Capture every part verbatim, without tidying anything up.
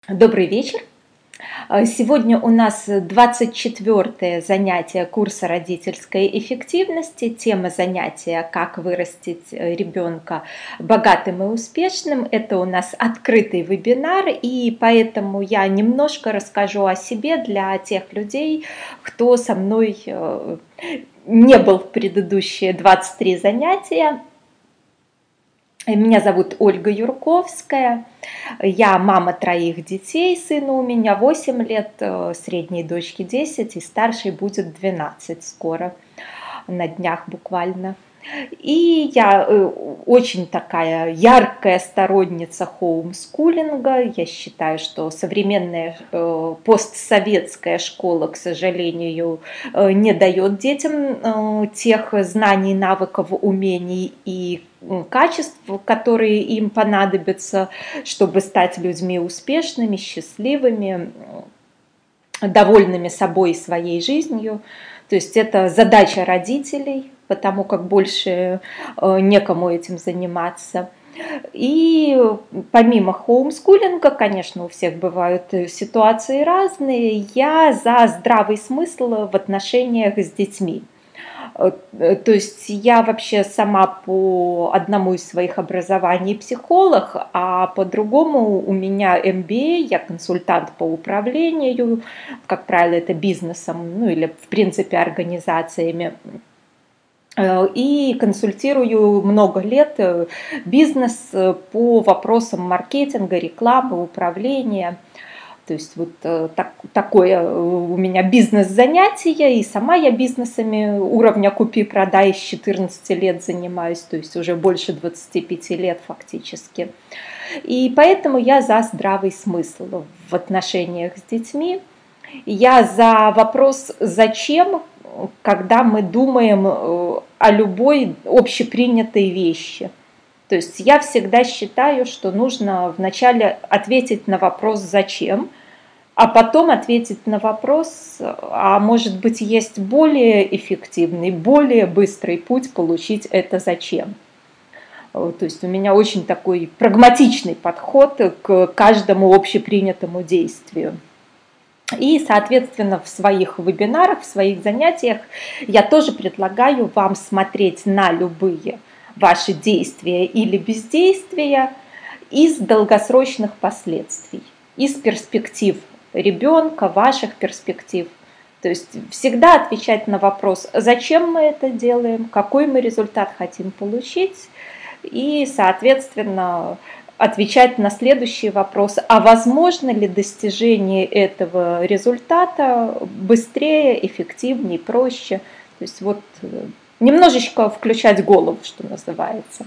Добрый вечер. Сегодня у нас двадцать четвёртое занятие курса родительской эффективности. Тема занятия «Как вырастить ребенка богатым и успешным». Это у нас открытый вебинар, и поэтому я немножко расскажу о себе для тех людей, кто со мной не был в предыдущие двадцать три занятия. Меня зовут Ольга Юрковская, я мама троих детей, сыну у меня восемь лет, средней дочке десять и старшей будет двенадцать скоро, на днях буквально. И я очень такая яркая сторонница хоумскулинга. Я считаю, что современная постсоветская школа, к сожалению, не дает детям тех знаний, навыков, умений и качеств, которые им понадобятся, чтобы стать людьми успешными, счастливыми, довольными собой и своей жизнью. То есть это задача родителей, потому как больше некому этим заниматься. И помимо хоумскулинга, конечно, у всех бывают ситуации разные, я за здравый смысл в отношениях с детьми. То есть я вообще сама по одному из своих образований психолог, а по-другому у меня эм би эй, я консультант по управлению, как правило, это бизнесом, ну или в принципе организациями. И консультирую много лет бизнес по вопросам маркетинга, рекламы, управления. То есть вот так, такое у меня бизнес-занятие, и сама я бизнесами уровня купи-продай с четырнадцати лет занимаюсь, то есть уже больше двадцати пяти лет фактически. И поэтому я за здравый смысл в отношениях с детьми. Я за вопрос «зачем?», когда мы думаем о любой общепринятой вещи. То есть я всегда считаю, что нужно вначале ответить на вопрос «зачем?», а потом ответить на вопрос, а может быть есть более эффективный, более быстрый путь получить это «зачем?». То есть у меня очень такой прагматичный подход к каждому общепринятому действию. И, соответственно, в своих вебинарах, в своих занятиях я тоже предлагаю вам смотреть на любые ваши действия или бездействия из долгосрочных последствий, из перспектив ребенка, ваших перспектив. То есть всегда отвечать на вопрос, зачем мы это делаем, какой мы результат хотим получить, и, соответственно, отвечать на следующий вопрос, а возможно ли достижение этого результата быстрее, эффективнее, проще. То есть вот немножечко включать голову, что называется.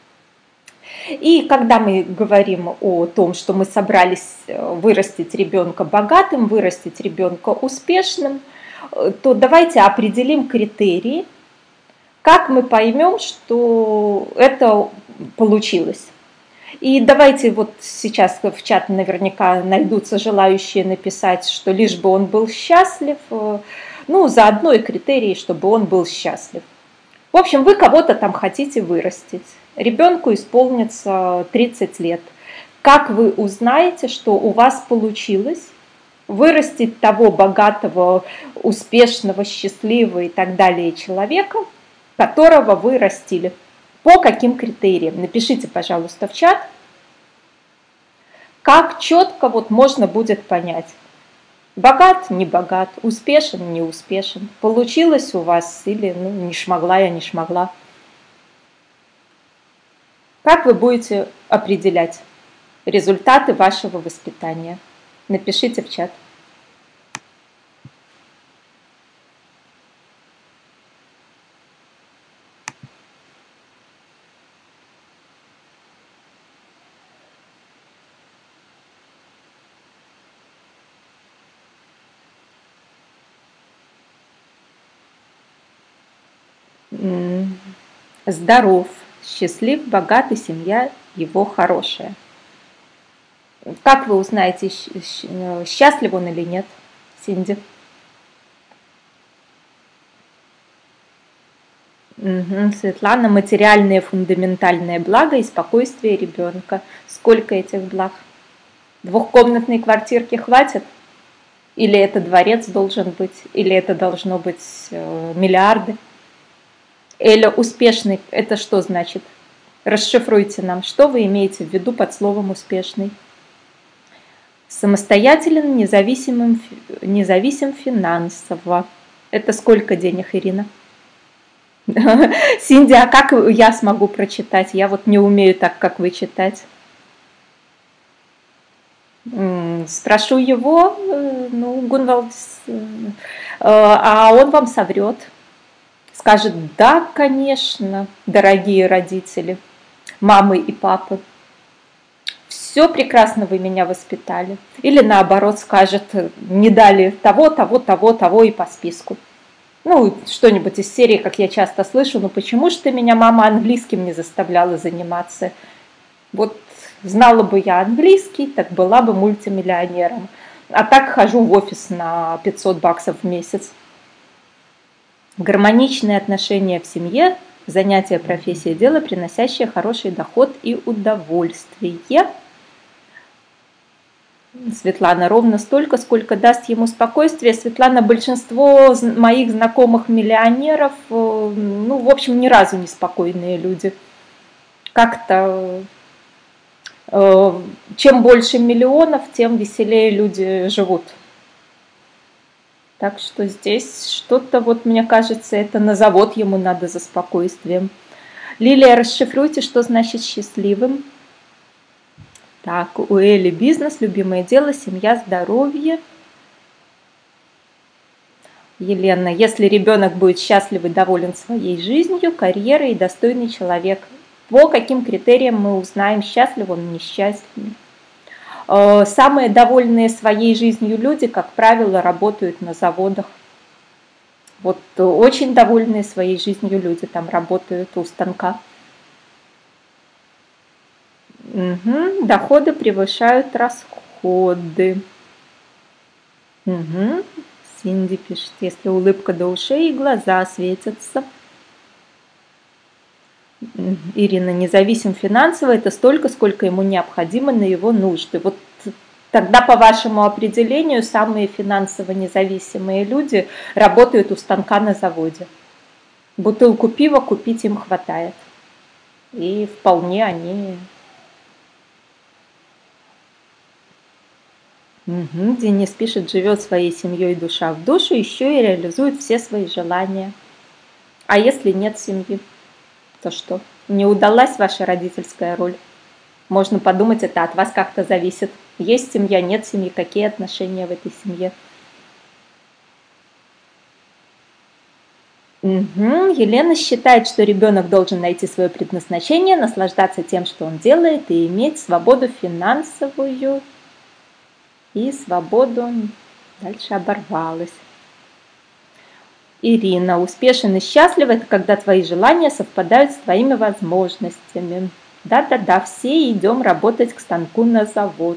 И когда мы говорим о том, что мы собрались вырастить ребенка богатым, вырастить ребенка успешным, то давайте определим критерии, как мы поймем, что это получилось. И давайте вот сейчас в чат наверняка найдутся желающие написать, что лишь бы он был счастлив, ну, заодно и критерии, чтобы он был счастлив. В общем, вы кого-то там хотите вырастить. Ребенку исполнится тридцать лет. Как вы узнаете, что у вас получилось вырастить того богатого, успешного, счастливого и так далее человека, которого вы растили? По каким критериям? Напишите, пожалуйста, в чат, как четко вот можно будет понять, богат, не богат, успешен, не успешен, получилось у вас или ну, не шмогла я, не шмогла. Как вы будете определять результаты вашего воспитания? Напишите в чат. Здоров, счастлив, богатый, семья его хорошая. Как вы узнаете, счастлив он или нет, Синди? Угу. Светлана, материальные фундаментальные блага и спокойствие ребенка. Сколько этих благ? Двухкомнатной квартирки хватит? Или это дворец должен быть? Или это должно быть э, миллиарды? Или успешный, это что значит? Расшифруйте нам, что вы имеете в виду под словом успешный. Самостоятелен, независимым, независим финансово. Это сколько денег, Ирина? Синди, а как я смогу прочитать? Я вот не умею так, как вы читать. Спрошу его, ну, Гунвалдс, а он вам соврет. Скажет: да, конечно, дорогие родители, мамы и папы, все прекрасно вы меня воспитали. Или наоборот скажет: не дали того, того, того, того и по списку. Ну, что-нибудь из серии, как я часто слышу: ну почему же ты меня, мама, английским не заставляла заниматься? Вот знала бы я английский, так была бы мультимиллионером. А так хожу в офис на пятьсот баксов в месяц. Гармоничные отношения в семье, занятие, профессия, дело, приносящее хороший доход и удовольствие. Светлана: ровно столько, сколько даст ему спокойствие. Светлана, большинство моих знакомых миллионеров, ну, в общем, ни разу не спокойные люди. Как-то чем больше миллионов, тем веселее люди живут. Так что здесь что-то, вот мне кажется, это на завод ему надо за спокойствием. Лилия, расшифруйте, что значит счастливым. Так, у Эли бизнес, любимое дело, семья, здоровье. Елена: если ребенок будет счастлив и доволен своей жизнью, карьерой и достойный человек, по каким критериям мы узнаем, счастлив он или несчастлив? Самые довольные своей жизнью люди, как правило, работают на заводах. Вот очень довольные своей жизнью люди там работают у станка. Угу. Доходы превышают расходы. Угу. Синди пишет: если улыбка до ушей и глаза светятся. Ирина: независим финансово, это столько, сколько ему необходимо на его нужды. Вот тогда, по вашему определению, самые финансово независимые люди работают у станка на заводе. Бутылку пива купить им хватает. И вполне они... Угу. Денис пишет: живет своей семьей душа в душу, еще и реализует все свои желания. А если нет семьи? То что? Не удалась ваша родительская роль? Можно подумать, это от вас как-то зависит. Есть семья, нет семьи, какие отношения в этой семье? Угу. Елена считает, что ребенок должен найти свое предназначение, наслаждаться тем, что он делает, и иметь свободу финансовую и свободу. Дальше оборвалась. Ирина: успешен и счастлив – это когда твои желания совпадают с твоими возможностями. Да-да-да, все идем работать к станку на завод.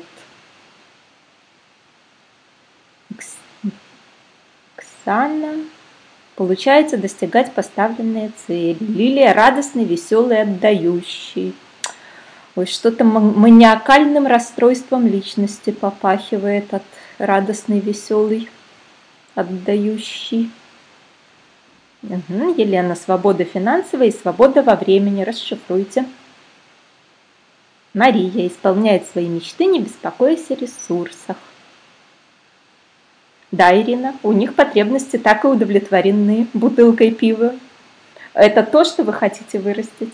Оксана: получается достигать поставленные цели. Лилия: радостный, веселый, отдающий. Ой, что-то маниакальным расстройством личности попахивает от радостный, веселый, отдающий. Угу. Елена: свобода финансовая и свобода во времени. Расшифруйте. Мария: исполняет свои мечты, не беспокоясь о ресурсах. Да, Ирина, у них потребности так и удовлетворены бутылкой пива. Это то, что вы хотите вырастить.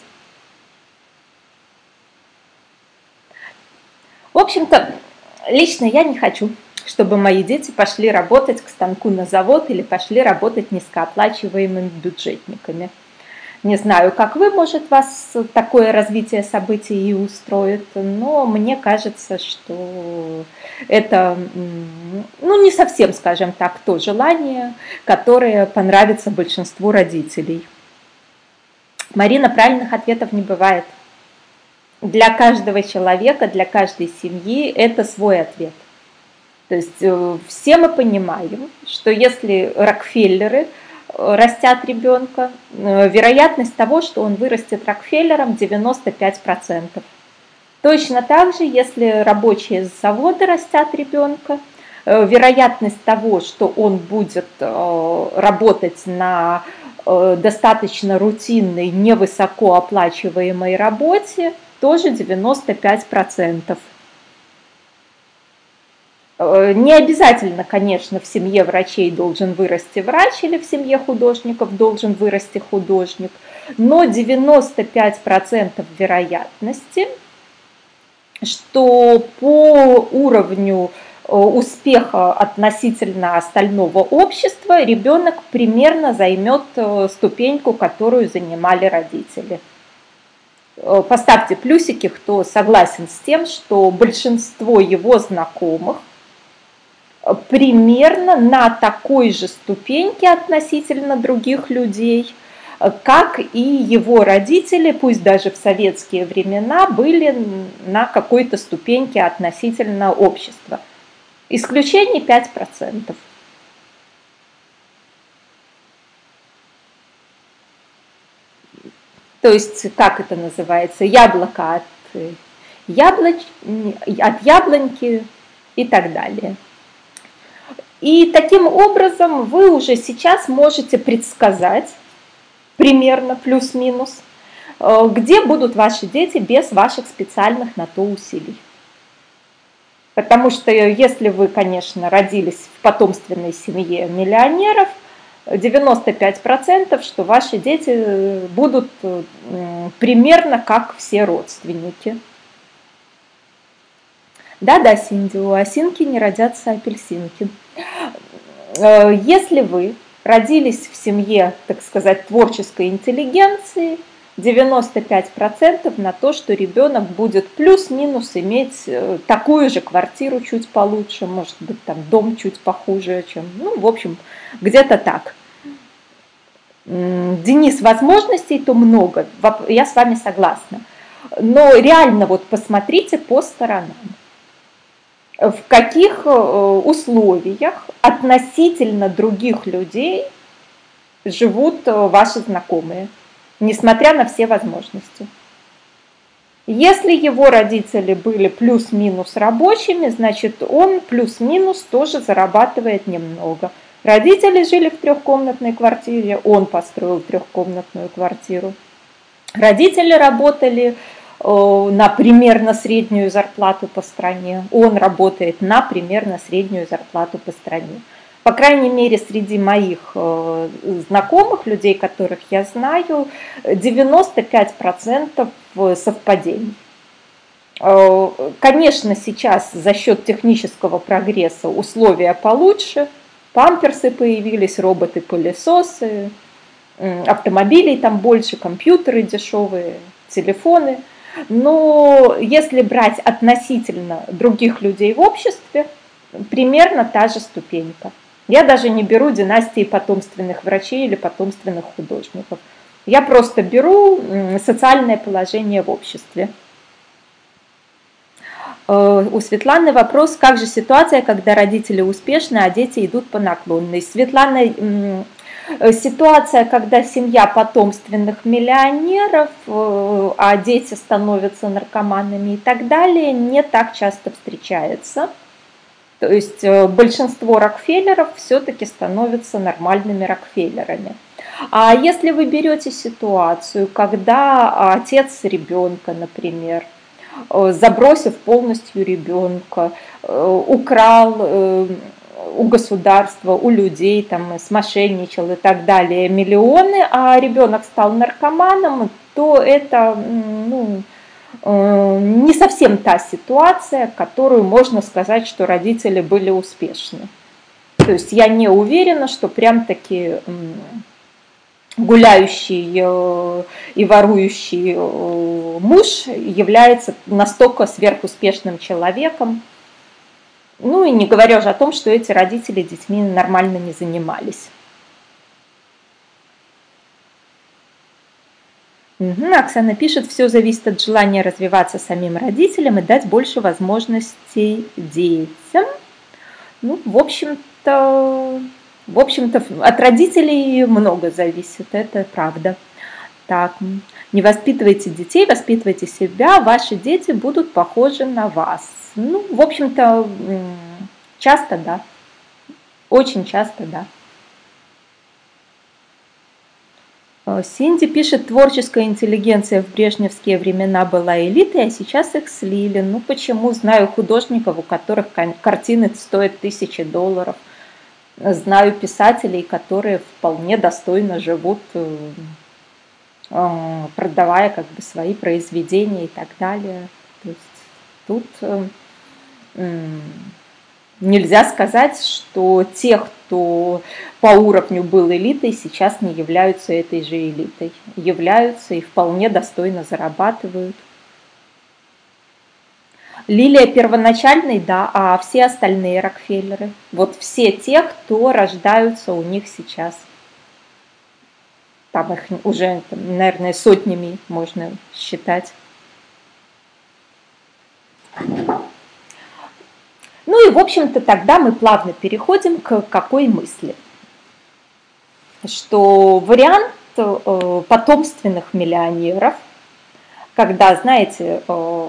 В общем-то, лично я не хочу, чтобы мои дети пошли работать к станку на завод или пошли работать низкооплачиваемыми бюджетниками. Не знаю, как вы, может, вас такое развитие событий и устроит, но мне кажется, что это, ну, не совсем, скажем так, то желание, которое понравится большинству родителей. Марина: правильных ответов не бывает. Для каждого человека, для каждой семьи это свой ответ. То есть все мы понимаем, что если Рокфеллеры растят ребенка, вероятность того, что он вырастет Рокфеллером, девяносто пять процентов. Точно так же, если рабочие с завода растят ребенка, вероятность того, что он будет работать на достаточно рутинной, невысокооплачиваемой работе, тоже девяносто пять процентов. Не обязательно, конечно, в семье врачей должен вырасти врач или в семье художников должен вырасти художник, но девяносто пять процентов вероятности, что по уровню успеха относительно остального общества ребенок примерно займет ступеньку, которую занимали родители. Поставьте плюсики, кто согласен с тем, что большинство его знакомых примерно на такой же ступеньке относительно других людей, как и его родители, пусть даже в советские времена, были на какой-то ступеньке относительно общества. Исключение пять процентов. То есть, как это называется, яблоко от, яблоч... от яблоньки и так далее. И таким образом вы уже сейчас можете предсказать, примерно плюс-минус, где будут ваши дети без ваших специальных на то усилий. Потому что если вы, конечно, родились в потомственной семье миллионеров, девяносто пять процентов, что ваши дети будут примерно как все родственники. Да-да, Синди, у осинки не родятся апельсинки. Если вы родились в семье, так сказать, творческой интеллигенции, девяносто пять процентов на то, что ребенок будет плюс-минус иметь такую же квартиру чуть получше, может быть, там дом чуть похуже, чем, ну, в общем, где-то так. Денис, возможностей-то много, я с вами согласна. Но реально вот посмотрите по сторонам. В каких условиях относительно других людей живут ваши знакомые, несмотря на все возможности. Если его родители были плюс-минус рабочими, значит он плюс-минус тоже зарабатывает немного. Родители жили в трехкомнатной квартире, он построил трехкомнатную квартиру. Родители работали на примерно среднюю зарплату по стране, он работает на примерно среднюю зарплату по стране. По крайней мере, среди моих знакомых, людей, которых я знаю, девяносто пять процентов совпадений. Конечно, сейчас за счет технического прогресса условия получше, памперсы появились, роботы-пылесосы, автомобилей там больше, компьютеры дешевые, телефоны. Но если брать относительно других людей в обществе, примерно та же ступенька. Я даже не беру династии потомственных врачей или потомственных художников. Я просто беру социальное положение в обществе. У Светланы вопрос, как же ситуация, когда родители успешны, а дети идут по наклонной. Светлана, ситуация, когда семья потомственных миллионеров, а дети становятся наркоманами и так далее, не так часто встречается. То есть большинство Рокфеллеров все-таки становятся нормальными Рокфеллерами. А если вы берете ситуацию, когда отец ребенка, например, забросив полностью ребенка, украл у государства, у людей, там, смошенничал и так далее миллионы, а ребенок стал наркоманом, то это, ну, не совсем та ситуация, которую можно сказать, что родители были успешны. То есть я не уверена, что прям-таки гуляющий и ворующий муж является настолько сверхуспешным человеком. Ну и не говоря уже о том, что эти родители детьми нормально не занимались. Угу, Оксана пишет, все зависит от желания развиваться самим родителям и дать больше возможностей детям. Ну, в общем-то, в общем-то, от родителей много зависит, это правда. так. Не воспитывайте детей, воспитывайте себя, ваши дети будут похожи на вас. Ну, в общем-то, часто да, очень часто да. Синди пишет, творческая интеллигенция в брежневские времена была элитой, а сейчас их слили. Ну почему? Знаю художников, у которых картины стоят тысячи долларов. Знаю писателей, которые вполне достойно живут, продавая как бы свои произведения и так далее. То есть тут нельзя сказать, что те, кто по уровню был элитой, сейчас не являются этой же элитой. Являются и вполне достойно зарабатывают. Лилия первоначальный, да, а все остальные Рокфеллеры. Вот все те, кто рождаются у них сейчас. Там их уже, наверное, сотнями можно считать. Ну и, в общем-то, тогда мы плавно переходим к какой мысли? Что вариант потомственных миллионеров, когда, знаете,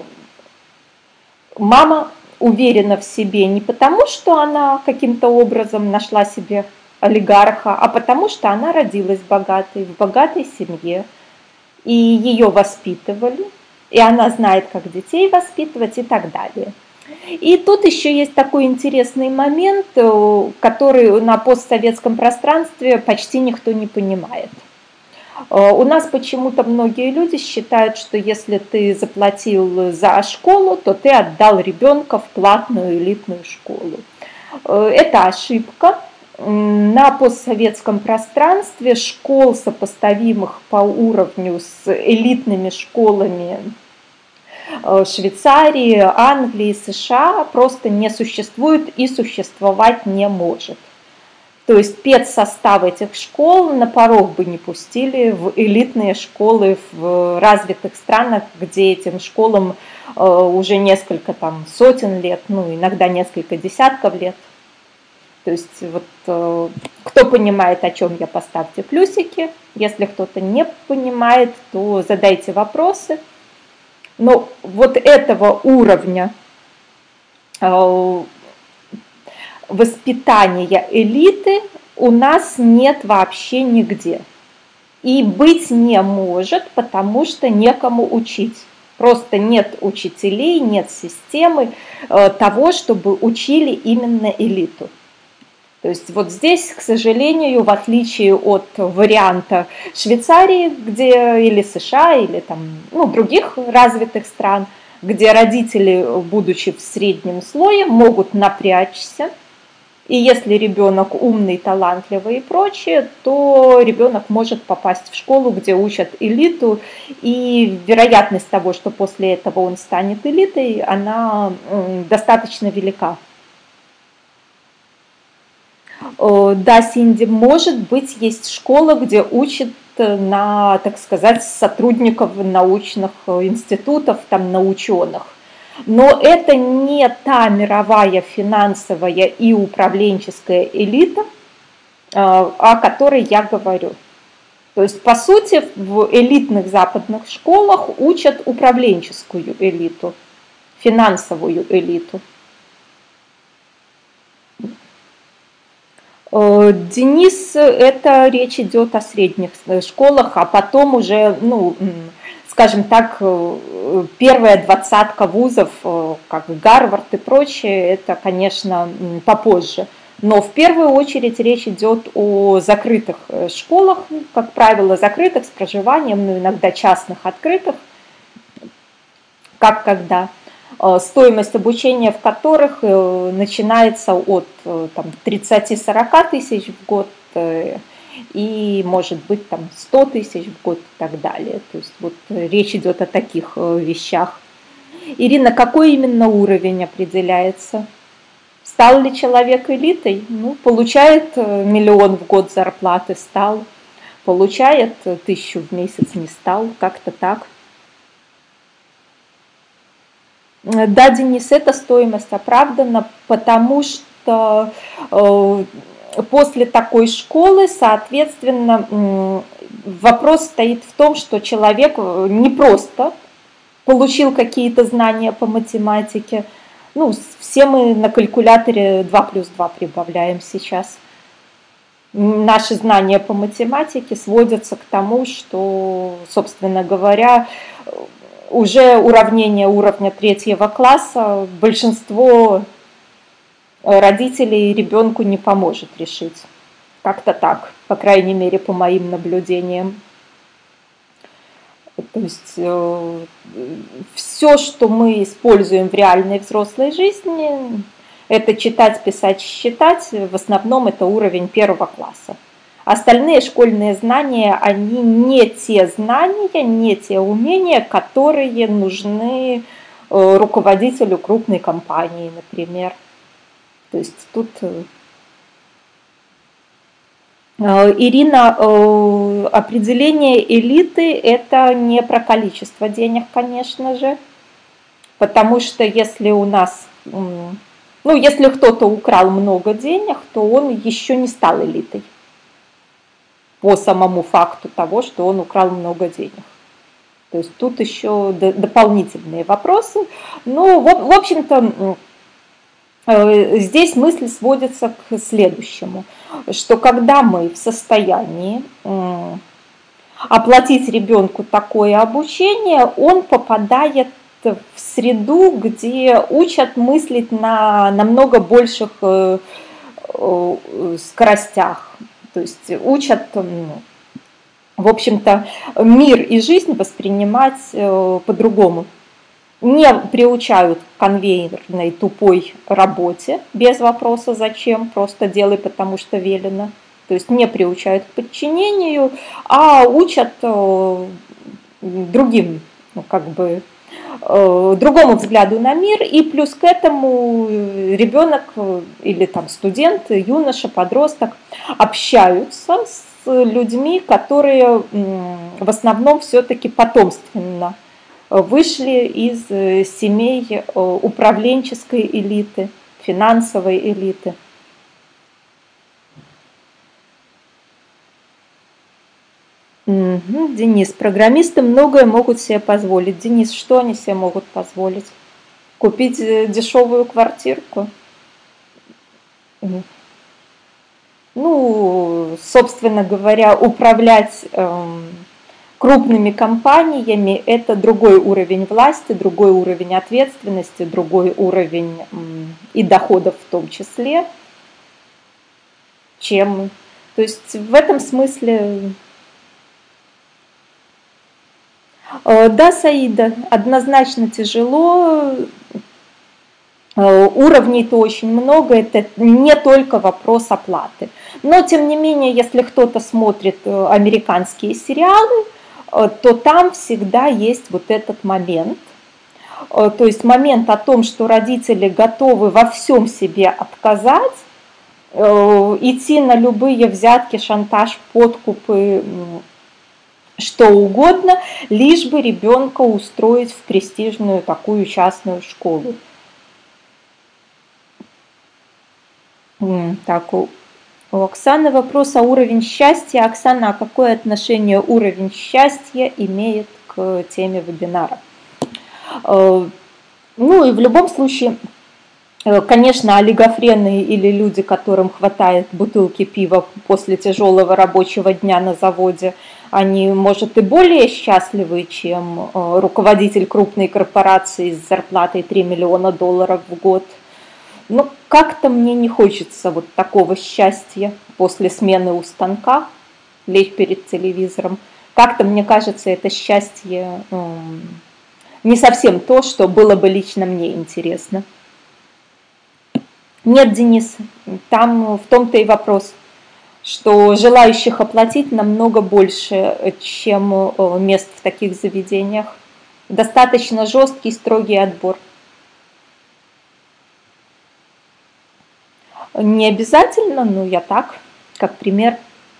мама уверена в себе не потому, что она каким-то образом нашла себе олигарха, а потому что она родилась богатой, в богатой семье, и ее воспитывали, и она знает, как детей воспитывать и так далее. И тут еще есть такой интересный момент, который на постсоветском пространстве почти никто не понимает. У нас почему-то многие люди считают, что если ты заплатил за школу, то ты отдал ребенка в платную элитную школу. Это ошибка. На постсоветском пространстве школ, сопоставимых по уровню с элитными школами Швейцарии, Англии, США, просто не существует и существовать не может. То есть педсостав этих школ на порог бы не пустили в элитные школы в развитых странах, где этим школам уже несколько там, сотен лет, ну иногда несколько десятков лет. То есть вот кто понимает, о чем я, поставьте плюсики. Если кто-то не понимает, то задайте вопросы. Но вот этого уровня воспитания элиты у нас нет вообще нигде. И быть не может, потому что некому учить. Просто нет учителей, нет системы того, чтобы учили именно элиту. То есть вот здесь, к сожалению, в отличие от варианта Швейцарии, где или США, или там, ну, других развитых стран, где родители, будучи в среднем слое, могут напрячься. И если ребенок умный, талантливый и прочее, то ребенок может попасть в школу, где учат элиту, и вероятность того, что после этого он станет элитой, она достаточно велика. Да, Синди, может быть, есть школа, где учат на, так сказать, сотрудников научных институтов, там, на ученых. Но это не та мировая финансовая и управленческая элита, о которой я говорю. То есть, по сути, в элитных западных школах учат управленческую элиту, финансовую элиту. Денис, это речь идет о средних школах, а потом уже, ну, скажем так, первая двадцатка вузов, как Гарвард и прочее, это, конечно, попозже. Но в первую очередь речь идет о закрытых школах, как правило, закрытых с проживанием, но иногда частных, открытых, как когда. Стоимость обучения в которых начинается от тридцати-сорока тысяч в год и может быть там сто тысяч в год и так далее. То есть вот речь идет о таких вещах. Ирина, какой именно уровень определяется? Стал ли человек элитой? Ну, получает миллион в год зарплаты, стал. Получает тысячу в месяц, не стал, как-то так. Да, Денис, эта стоимость оправдана, потому что после такой школы, соответственно, вопрос стоит в том, что человек не просто получил какие-то знания по математике. Ну, все мы на калькуляторе два плюс два прибавляем сейчас. Наши знания по математике сводятся к тому, что, собственно говоря, уже уравнение уровня третьего класса большинство родителей ребенку не поможет решить. Как-то так, по крайней мере, по моим наблюдениям. То есть э, все, что мы используем в реальной взрослой жизни, это читать, писать, считать, в основном это уровень первого класса. Остальные школьные знания, они не те знания, не те умения, которые нужны э, руководителю крупной компании, например. То есть тут... Ирина, определение элиты – это не про количество денег, конечно же, потому что если у нас, ну, если кто-то украл много денег, то он еще не стал элитой по самому факту того, что он украл много денег. То есть тут еще дополнительные вопросы. Ну, в общем-то, здесь мысль сводится к следующему, что когда мы в состоянии оплатить ребенку такое обучение, он попадает в среду, где учат мыслить на намного больших скоростях, то есть учат, в общем-то, мир и жизнь воспринимать по-другому. Не приучают к конвейерной тупой работе без вопроса «зачем?», просто делай, потому что велено. То есть не приучают к подчинению, а учат другим, ну, как бы, другому взгляду на мир. И плюс к этому ребенок или там студент, юноша, подросток общаются с людьми, которые в основном все-таки потомственно вышли из семей управленческой элиты, финансовой элиты. Угу. Денис, программисты многое могут себе позволить. Денис, что они себе могут позволить? Купить дешевую квартирку? Ну, собственно говоря, управлять эм, крупными компаниями – это другой уровень власти, другой уровень ответственности, другой уровень эм, и доходов в том числе, чем… То есть в этом смысле… Да, Саида, однозначно тяжело, уровней-то очень много, это не только вопрос оплаты. Но, тем не менее, если кто-то смотрит американские сериалы, то там всегда есть вот этот момент. То есть момент о том, что родители готовы во всем себе отказать, идти на любые взятки, шантаж, подкупы, что угодно, лишь бы ребенка устроить в престижную такую частную школу. Так, у, у Оксаны вопрос о уровне счастья. Оксана, а какое отношение уровень счастья имеет к теме вебинара? Ну и в любом случае, конечно, олигофрены или люди, которым хватает бутылки пива после тяжелого рабочего дня на заводе, они, может, и более счастливы, чем руководитель крупной корпорации с зарплатой три миллиона долларов в год. Но как-то мне не хочется вот такого счастья после смены у станка, лечь перед телевизором. Как-то, мне кажется, это счастье не совсем то, что было бы лично мне интересно. Нет, Денис, там в том-то и вопрос, что желающих оплатить намного больше, чем мест в таких заведениях. Достаточно жесткий, строгий отбор. Не обязательно, но я так, как пример.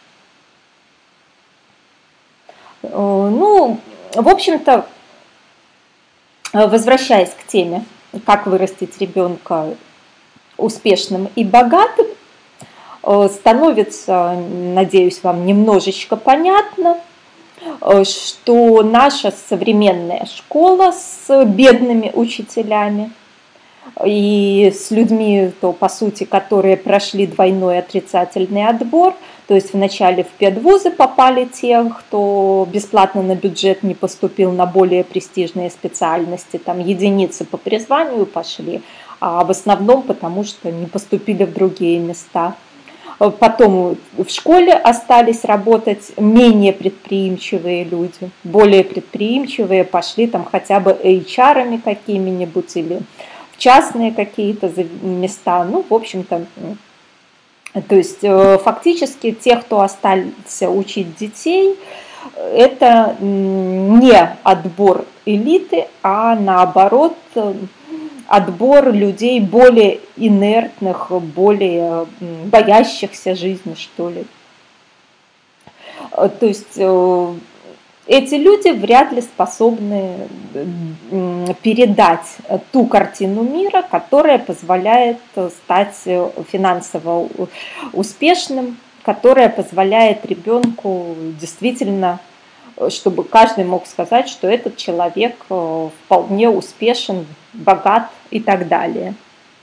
Ну, в общем-то, возвращаясь к теме, как вырастить ребенка успешным и богатым, становится, надеюсь, вам немножечко понятно, что наша современная школа с бедными учителями и с людьми, то, по сути, которые прошли двойной отрицательный отбор, то есть вначале в педвузы попали те, кто бесплатно на бюджет не поступил на более престижные специальности, там единицы по призванию пошли, а в основном потому, что не поступили в другие места. Потом в школе остались работать менее предприимчивые люди, более предприимчивые пошли там хотя бы эйч ар-ами какими-нибудь или в частные какие-то места. Ну, в общем-то, то есть фактически те, кто остался учить детей, это не отбор элиты, а наоборот отбор людей более инертных, более боящихся жизни, что ли. То есть эти люди вряд ли способны передать ту картину мира, которая позволяет стать финансово успешным, которая позволяет ребенку действительно, чтобы каждый мог сказать, что этот человек вполне успешен, богат и так далее.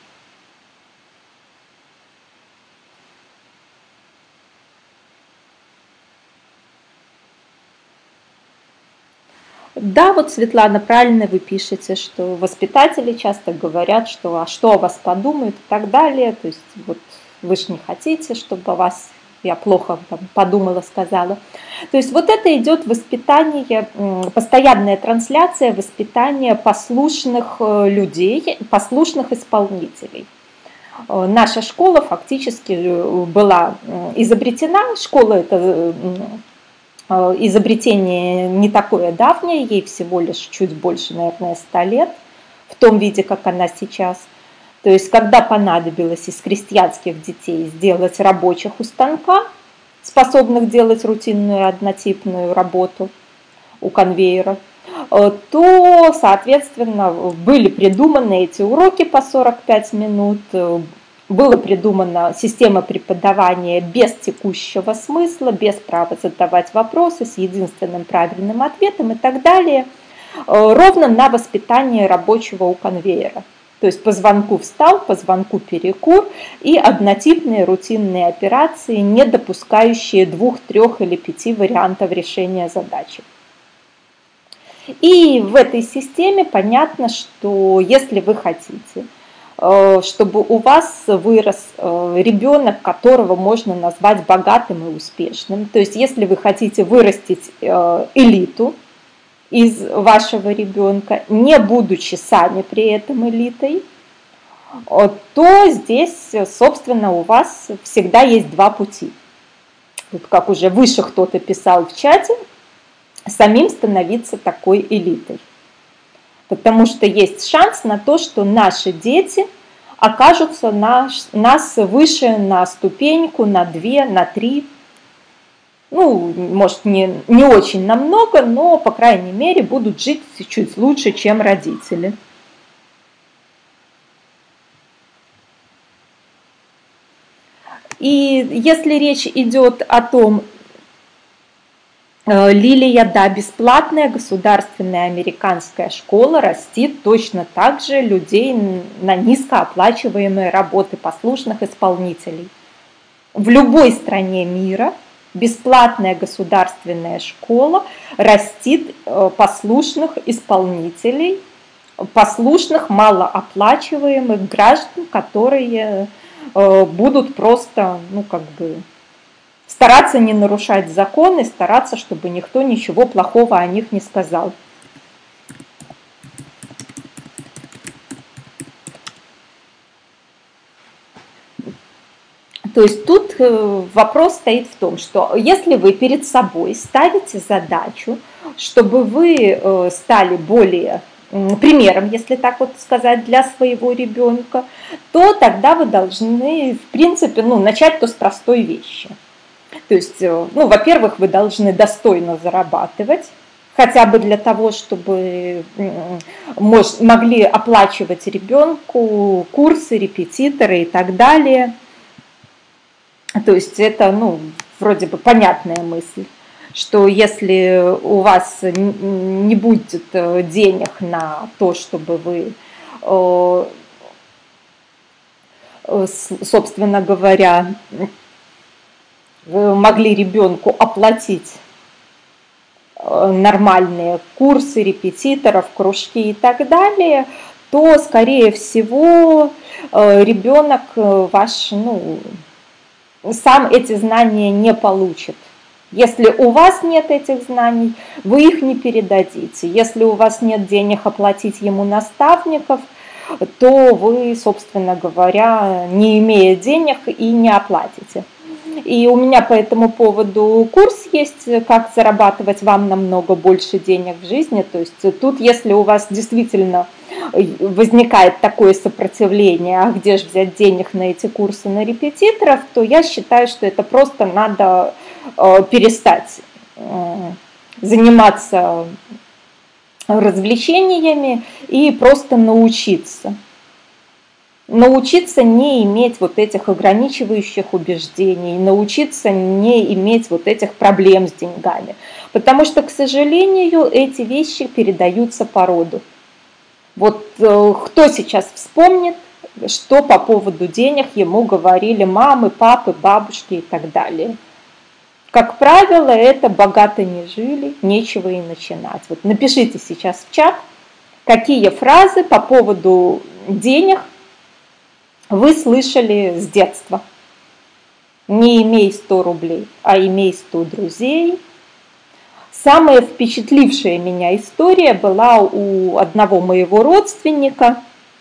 Да, вот, Светлана, правильно вы пишете, что воспитатели часто говорят, что а что о вас подумают и так далее. То есть вот вы же не хотите, чтобы о вас я плохо там подумала, сказала. То есть вот это идет воспитание, постоянная трансляция воспитания послушных людей, послушных исполнителей. Наша школа фактически была изобретена, школа это изобретение не такое давнее, ей всего лишь чуть больше, наверное, ста лет, в том виде, как она сейчас. То есть, когда понадобилось из крестьянских детей сделать рабочих у станка, способных делать рутинную однотипную работу у конвейера, то, соответственно, были придуманы эти уроки по сорок пять минут, была придумана система преподавания без текущего смысла, без права задавать вопросы, с единственным правильным ответом и так далее, ровно на воспитание рабочего у конвейера. То есть по звонку встал, по звонку перекур и однотипные рутинные операции, не допускающие двух, трех или пяти вариантов решения задачи. И в этой системе понятно, что если вы хотите, чтобы у вас вырос ребенок, которого можно назвать богатым и успешным, то есть если вы хотите вырастить элиту из вашего ребенка, не будучи сами при этом элитой, то здесь, собственно, у вас всегда есть два пути. Вот как уже выше кто-то писал в чате, самим становиться такой элитой. Потому что есть шанс на то, что наши дети окажутся нас, нас выше на ступеньку, на две, на три. Ну, может, не, не очень намного, но, по крайней мере, будут жить чуть лучше, чем родители. И если речь идет о том, Лилия, да, бесплатная государственная американская школа растит точно так же людей на низкооплачиваемые работы послушных исполнителей. В любой стране мира бесплатная государственная школа растит послушных исполнителей, послушных малооплачиваемых граждан, которые будут просто, ну, как бы, стараться не нарушать законы, стараться, чтобы никто ничего плохого о них не сказал. То есть тут вопрос стоит в том, что если вы перед собой ставите задачу, чтобы вы стали более примером, если так вот сказать, для своего ребенка, то тогда вы должны, в принципе, ну, начать-то с простой вещи. То есть, ну, во-первых, вы должны достойно зарабатывать, хотя бы для того, чтобы могли оплачивать ребенку курсы, репетиторы и так далее. То есть это, ну, вроде бы понятная мысль, что если у вас не будет денег на то, чтобы вы, собственно говоря, могли ребенку оплатить нормальные курсы репетиторов, кружки и так далее, то, скорее всего, ребенок ваш, ну, сам эти знания не получит. Если у вас нет этих знаний, вы их не передадите. Если у вас нет денег оплатить ему наставников, то вы, собственно говоря, не имея денег, и не оплатите. И у меня по этому поводу курс есть, как зарабатывать вам намного больше денег в жизни. То есть тут, если у вас действительно возникает такое сопротивление, а где же взять денег на эти курсы на репетиторов, то я считаю, что это просто надо перестать заниматься развлечениями и просто научиться. Научиться не иметь вот этих ограничивающих убеждений, научиться не иметь вот этих проблем с деньгами. Потому что, к сожалению, эти вещи передаются по роду. Вот э, кто сейчас вспомнит, что по поводу денег ему говорили мамы, папы, бабушки и так далее. Как правило, это богато не жили, нечего и начинать. Вот напишите сейчас в чат, какие фразы по поводу денег вы слышали с детства. Не имей сто рублей, а имей сто друзей. Самая впечатлившая меня история была у одного моего родственника,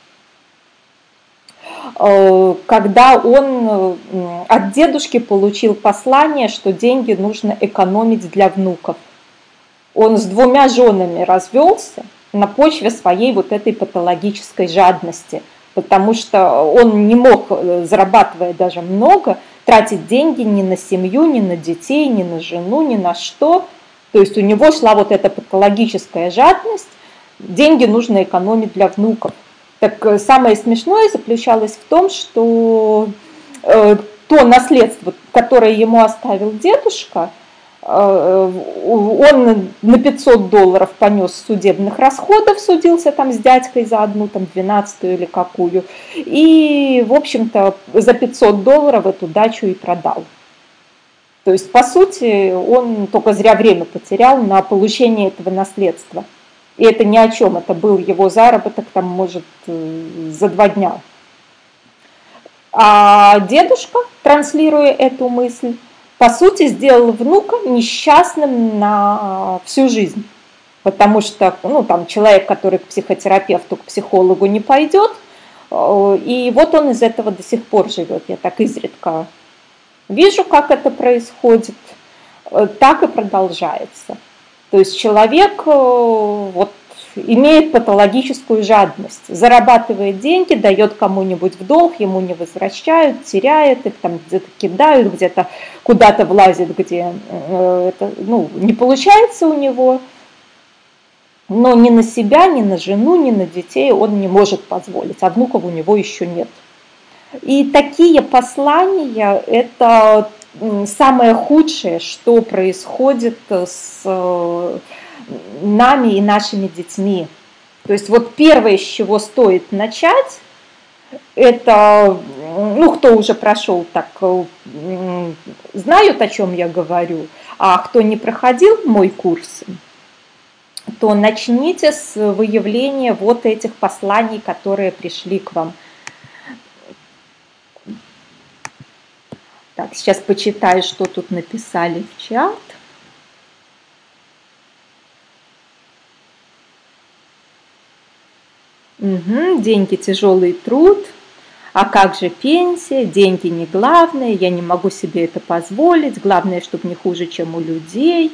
когда он от дедушки получил послание, что деньги нужно экономить для внуков. Он с двумя женами развелся на почве своей вот этой патологической жадности, потому что он не мог, зарабатывая даже много, тратить деньги ни на семью, ни на детей, ни на жену, ни на что. То есть у него шла вот эта патологическая жадность, деньги нужно экономить для внуков. Так самое смешное заключалось в том, что э, то наследство, которое ему оставил дедушка, э, он на пятьсот долларов понес судебных расходов, судился там с дядькой за одну, там, двенадцатую или какую, и, в общем-то, за пятьсот долларов эту дачу и продал. То есть, по сути, он только зря время потерял на получение этого наследства. И это ни о чем, это был его заработок, там, может, за два дня. А дедушка, транслируя эту мысль, по сути, сделал внука несчастным на всю жизнь. Потому что, ну, там, человек, который к психотерапевту, к психологу не пойдет, и вот он из этого до сих пор живет. Я так изредка вижу, как это происходит, так и продолжается. То есть человек вот, имеет патологическую жадность, зарабатывает деньги, дает кому-нибудь в долг, ему не возвращают, теряет их, там где-то кидают, где-то куда-то влазит, где это, ну, не получается у него. Но ни на себя, ни на жену, ни на детей он не может позволить, а внуков у него еще нет. И такие послания – это самое худшее, что происходит с нами и нашими детьми. То есть вот первое, с чего стоит начать, это, ну, кто уже прошел, так знают, о чем я говорю, а кто не проходил мой курс, то начните с выявления вот этих посланий, которые пришли к вам. Так, сейчас почитаю, что тут написали в чат. Угу, деньги – тяжелый труд. А как же пенсия? Деньги не главное, я не могу себе это позволить. Главное, чтобы не хуже, чем у людей.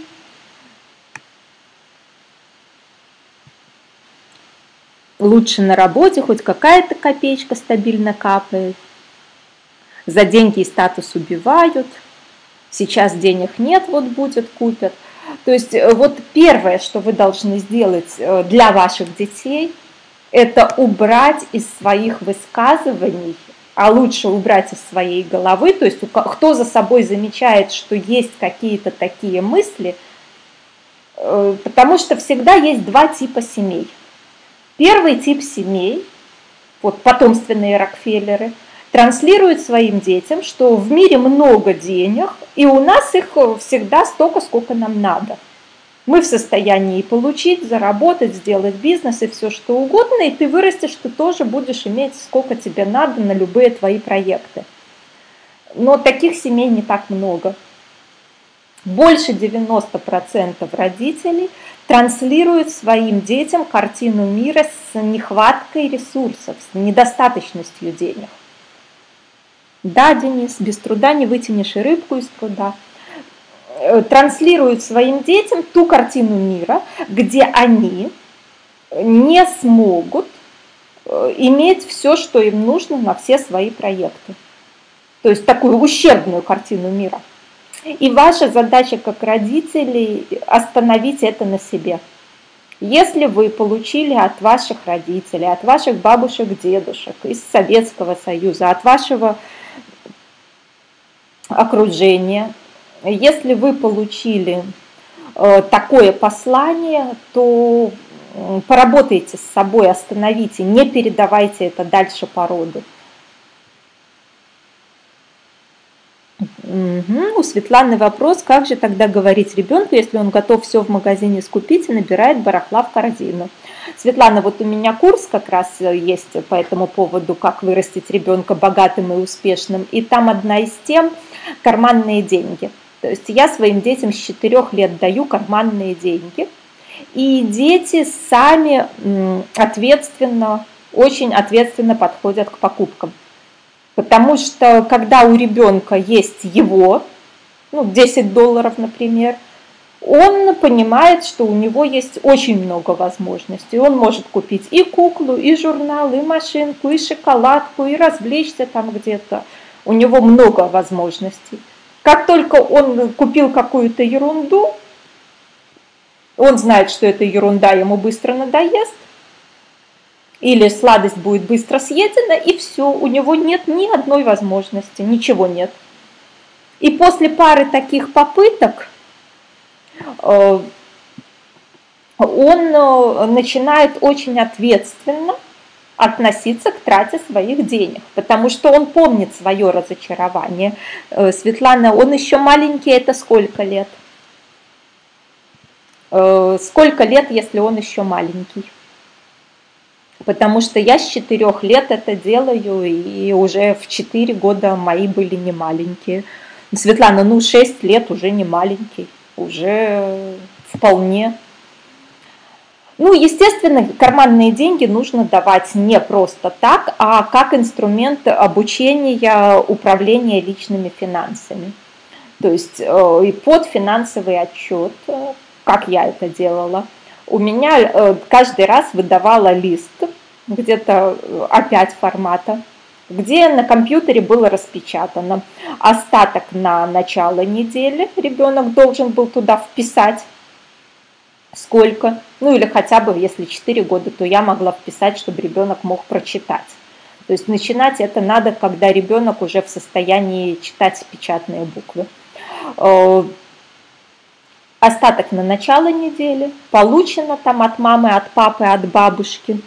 Лучше на работе, хоть какая-то копеечка стабильно капает. За деньги и статус убивают. Сейчас денег нет, вот будет, купят. То есть вот первое, что вы должны сделать для ваших детей, это убрать из своих высказываний а лучше убрать из своей головы. То есть кто за собой замечает, что есть какие-то такие мысли, потому что всегда есть два типа семей. Первый тип семей, вот потомственные Рокфеллеры, транслируют своим детям, что в мире много денег, и у нас их всегда столько, сколько нам надо. Мы в состоянии получить, заработать, сделать бизнес и все что угодно, и ты вырастешь, ты тоже будешь иметь сколько тебе надо на любые твои проекты. Но таких семей не так много. Больше девяноста процентов родителей транслируют своим детям картину мира с нехваткой ресурсов, с недостаточностью денег. Да, Денис, без труда не вытянешь и рыбку из пруда. Транслируют своим детям ту картину мира, где они не смогут иметь все, что им нужно на все свои проекты. То есть такую ущербную картину мира. И ваша задача как родителей остановить это на себе. Если вы получили от ваших родителей, от ваших бабушек, дедушек, из Советского Союза, от вашего окружения, если вы получили э, такое послание, то э, поработайте с собой, остановите, не передавайте это дальше по роду. Угу. У Светланы вопрос, как же тогда говорить ребенку, если он готов все в магазине скупить и набирает барахла в корзину? Светлана, вот у меня курс как раз есть по этому поводу, как вырастить ребенка богатым и успешным, и там одна из тем – карманные деньги. То есть я своим детям с четырёх лет даю карманные деньги, и дети сами ответственно, очень ответственно подходят к покупкам. Потому что когда у ребенка есть его, ну, десять долларов, например, он понимает, что у него есть очень много возможностей. Он может купить и куклу, и журнал, и машинку, и шоколадку, и развлечься там где-то. У него много возможностей. Как только он купил какую-то ерунду, он знает, что эта ерунда ему быстро надоест, или сладость будет быстро съедена, и все, у него нет ни одной возможности, ничего нет. И после пары таких попыток он начинает очень ответственно относиться к трате своих денег, потому что он помнит свое разочарование. Светлана, он еще маленький, это сколько лет? Сколько лет, если он еще маленький? Потому что я с четырёх лет это делаю, и уже в четыре года мои были не маленькие. Светлана, ну шесть лет уже не маленький, уже вполне. Ну, естественно, карманные деньги нужно давать не просто так, а как инструмент обучения управления личными финансами. То есть и под финансовый отчет, как я это делала, у меня каждый раз выдавала лист, где-то а пять формата, где на компьютере было распечатано остаток на начало недели, ребенок должен был туда вписать сколько, ну или хотя бы, если четыре года, то я могла вписать, чтобы ребенок мог прочитать. То есть начинать это надо, когда ребенок уже в состоянии читать печатные буквы. Остаток на начало недели, получено там от мамы, от папы, от бабушки.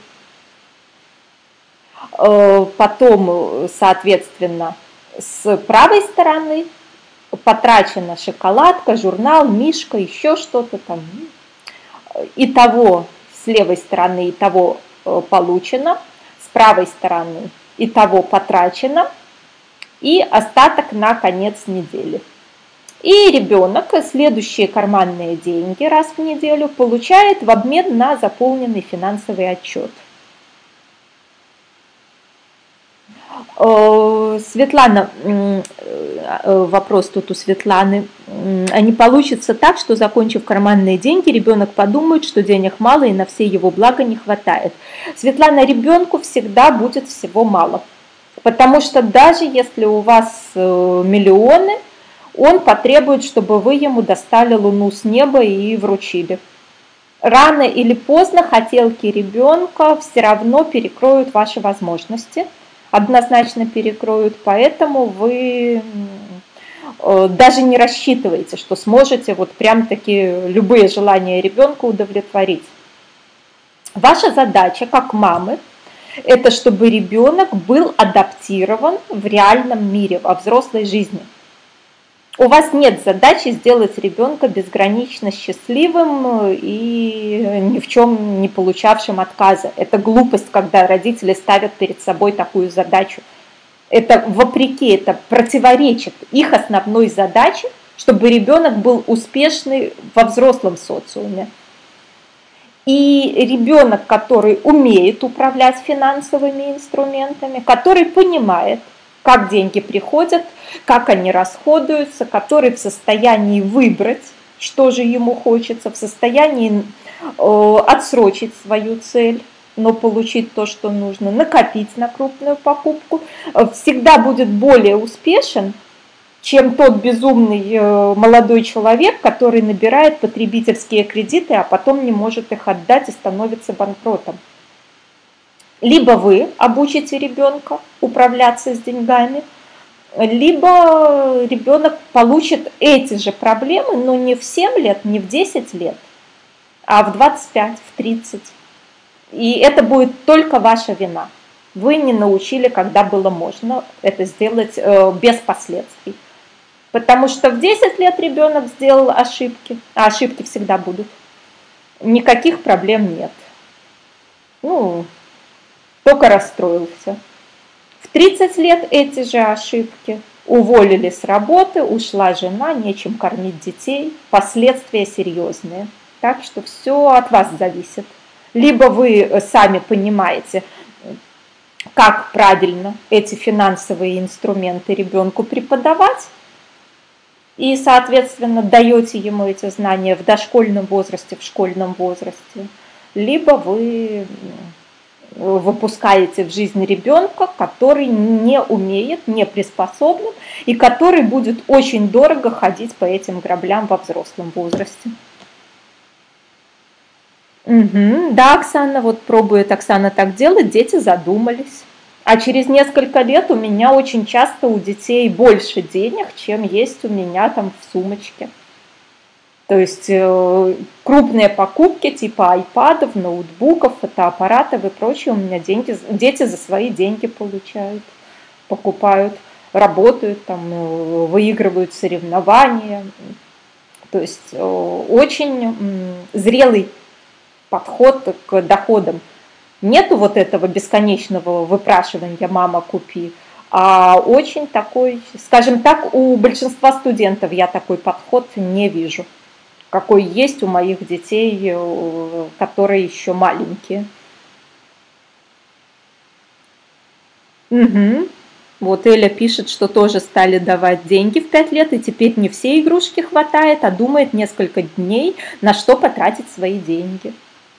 Потом, соответственно, с правой стороны потрачена шоколадка, журнал, мишка, еще что-то там. Итого с левой стороны итого получено, с правой стороны итого потрачено, и остаток на конец недели. И ребенок следующие карманные деньги раз в неделю получает в обмен на заполненный финансовый отчет. Светлана, вопрос тут у Светланы. А не получится так, что, закончив карманные деньги, ребенок подумает, что денег мало и на все его блага не хватает? Светлана, ребенку всегда будет всего мало. Потому что даже если у вас миллионы, он потребует, чтобы вы ему достали луну с неба и вручили. Рано или поздно хотелки ребенка все равно перекроют ваши возможности. однозначно перекроют, поэтому вы даже не рассчитываете, что сможете вот прям-таки любые желания ребенка удовлетворить. Ваша задача как мамы – это чтобы ребенок был адаптирован в реальном мире, во взрослой жизни. У вас нет задачи сделать ребенка безгранично счастливым и ни в чем не получавшим отказа. Это глупость, когда родители ставят перед собой такую задачу. Это вопреки, это противоречит их основной задаче, чтобы ребенок был успешный во взрослом социуме. И ребенок, который умеет управлять финансовыми инструментами, который понимает, как деньги приходят, как они расходуются, который в состоянии выбрать, что же ему хочется, в состоянии э, отсрочить свою цель, но получить то, что нужно, накопить на крупную покупку, всегда будет более успешен, чем тот безумный молодой человек, который набирает потребительские кредиты, а потом не может их отдать и становится банкротом. Либо вы обучите ребенка управляться с деньгами, либо ребенок получит эти же проблемы, но не в семь лет, не в десять лет, а в двадцать пять, в тридцать. И это будет только ваша вина. Вы не научили, когда было можно это сделать э, без последствий. Потому что в десять лет ребенок сделал ошибки, а ошибки всегда будут. Никаких проблем нет. Ну, только расстроился. В тридцать лет эти же ошибки. Уволили с работы, ушла жена, нечем кормить детей. Последствия серьезные. Так что все от вас зависит. Либо вы сами понимаете, как правильно эти финансовые инструменты ребенку преподавать, и, соответственно, даете ему эти знания в дошкольном возрасте, в школьном возрасте, либо вы выпускаете в жизнь ребенка, который не умеет, не приспособлен, и который будет очень дорого ходить по этим граблям во взрослом возрасте. Угу, да, Оксана, вот пробует Оксана так делать, дети задумались. А через несколько лет у меня очень часто у детей больше денег, чем есть у меня там в сумочке. То есть э, крупные покупки типа айпадов, ноутбуков, фотоаппаратов и прочее у меня деньги, дети за свои деньги получают, покупают, работают, там, э, выигрывают соревнования. То есть э, очень э, зрелый подход к доходам. Нету вот этого бесконечного выпрашивания «мама, купи», а очень такой, скажем так, у большинства студентов я такой подход не вижу, какой есть у моих детей, которые еще маленькие. Угу. Вот Эля пишет, что тоже стали давать деньги в пять лет, и теперь не все игрушки хватает, а думает несколько дней, на что потратить свои деньги.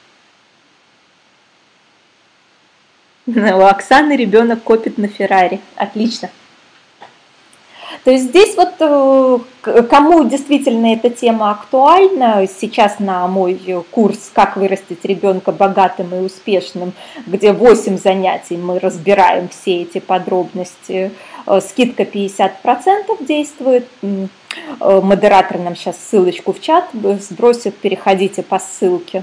У Оксаны ребенок копит на Феррари. Отлично. То есть здесь вот кому действительно эта тема актуальна, сейчас на мой курс «Как вырастить ребенка богатым и успешным», где восемь занятий мы разбираем все эти подробности, скидка пятьдесят процентов действует. Модератор нам сейчас ссылочку в чат сбросит, переходите по ссылке.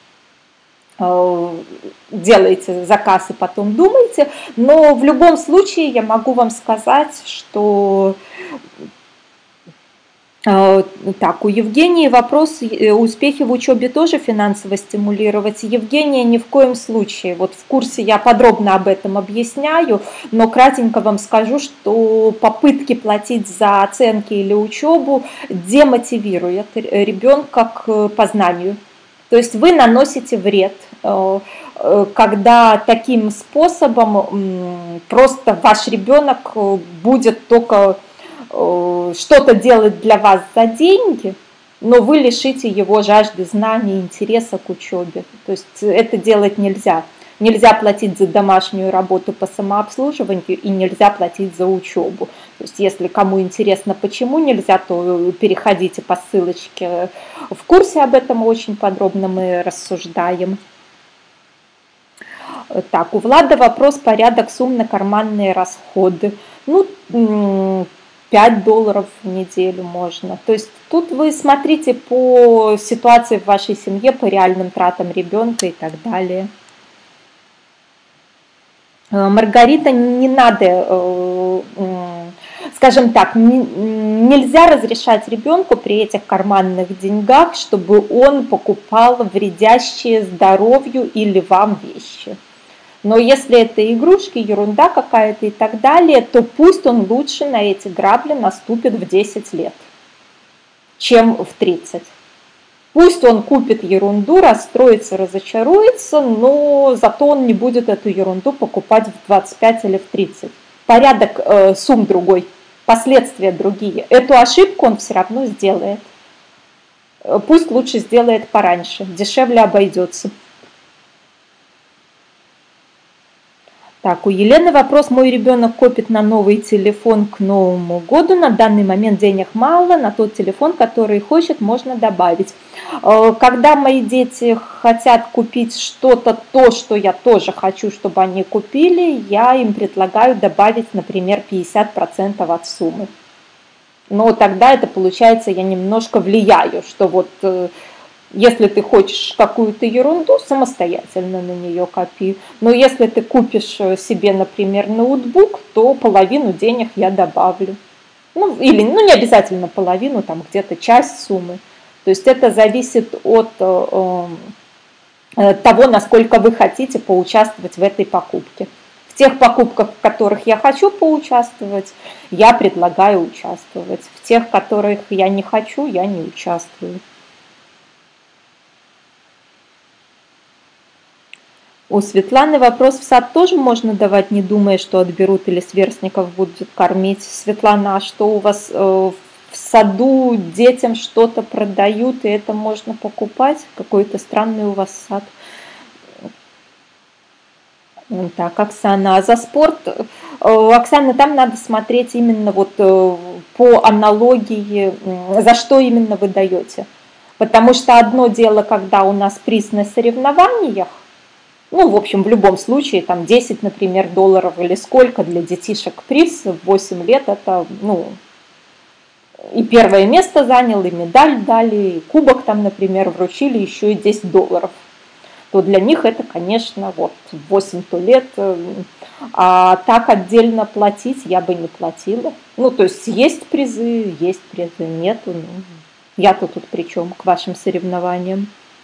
Делаете заказ и потом думаете, но в любом случае я могу вам сказать, что так, у Евгении вопрос, успехи в учебе тоже финансово стимулировать. Евгения, ни в коем случае. Вот в курсе я подробно об этом объясняю, но кратенько вам скажу, что попытки платить за оценки или учебу демотивируют ребенка к познанию. То есть вы наносите вред, когда таким способом просто ваш ребенок будет только что-то делать для вас за деньги, но вы лишите его жажды знаний, интереса к учебе. То есть это делать нельзя. Нельзя платить за домашнюю работу по самообслуживанию и нельзя платить за учебу. То есть если кому интересно, почему нельзя, то переходите по ссылочке. В курсе об этом очень подробно мы рассуждаем. Так, у Влада вопрос: порядок сумм на карманные расходы. Ну, пять долларов в неделю можно. То есть тут вы смотрите по ситуации в вашей семье, по реальным тратам ребенка и так далее. Маргарита, не надо, скажем так, нельзя разрешать ребенку при этих карманных деньгах, чтобы он покупал вредящие здоровью или вам вещи. Но если это игрушки, ерунда какая-то и так далее, то пусть он лучше на эти грабли наступит в десять лет, чем в тридцать. Пусть он купит ерунду, расстроится, разочаруется, но зато он не будет эту ерунду покупать в двадцать пять или в тридцать. Порядок э, сумм другой, последствия другие. Эту ошибку он все равно сделает. Пусть лучше сделает пораньше, дешевле обойдется. Так, у Елены вопрос: мой ребенок копит на новый телефон к Новому году. На данный момент денег мало, на тот телефон, который хочет, можно добавить. Когда мои дети хотят купить что-то, то, что я тоже хочу, чтобы они купили, я им предлагаю добавить, например, пятьдесят процентов от суммы. Но тогда это получается, я немножко влияю, что вот... Если ты хочешь какую-то ерунду, самостоятельно на нее копи. Но если ты купишь себе, например, ноутбук, то половину денег я добавлю. Ну, или ну, не обязательно половину, там где-то часть суммы. То есть это зависит от э, э, того, насколько вы хотите поучаствовать в этой покупке. В тех покупках, в которых я хочу поучаствовать, я предлагаю участвовать. В тех, в которых я не хочу, я не участвую. У Светланы вопрос: в сад тоже можно давать, не думая, что отберут или сверстников будут кормить? Светлана, а что у вас э, в саду детям что-то продают, и это можно покупать? Какой-то странный у вас сад. Так, Оксана, а за спорт? Э, Оксана, там надо смотреть именно вот э, по аналогии, э, за что именно вы даете. Потому что одно дело, когда у нас приз на соревнованиях, ну, в общем, в любом случае, там десять, например, долларов или сколько для детишек приз в восемь лет, это, ну, и первое место занял, и медаль дали, и кубок там, например, вручили, еще и десять долларов. То для них это, конечно, вот восемь-то лет, а так отдельно платить я бы не платила. Ну, то есть есть призы, есть призы, нету. Ну, я-то тут при чем к вашим соревнованиям?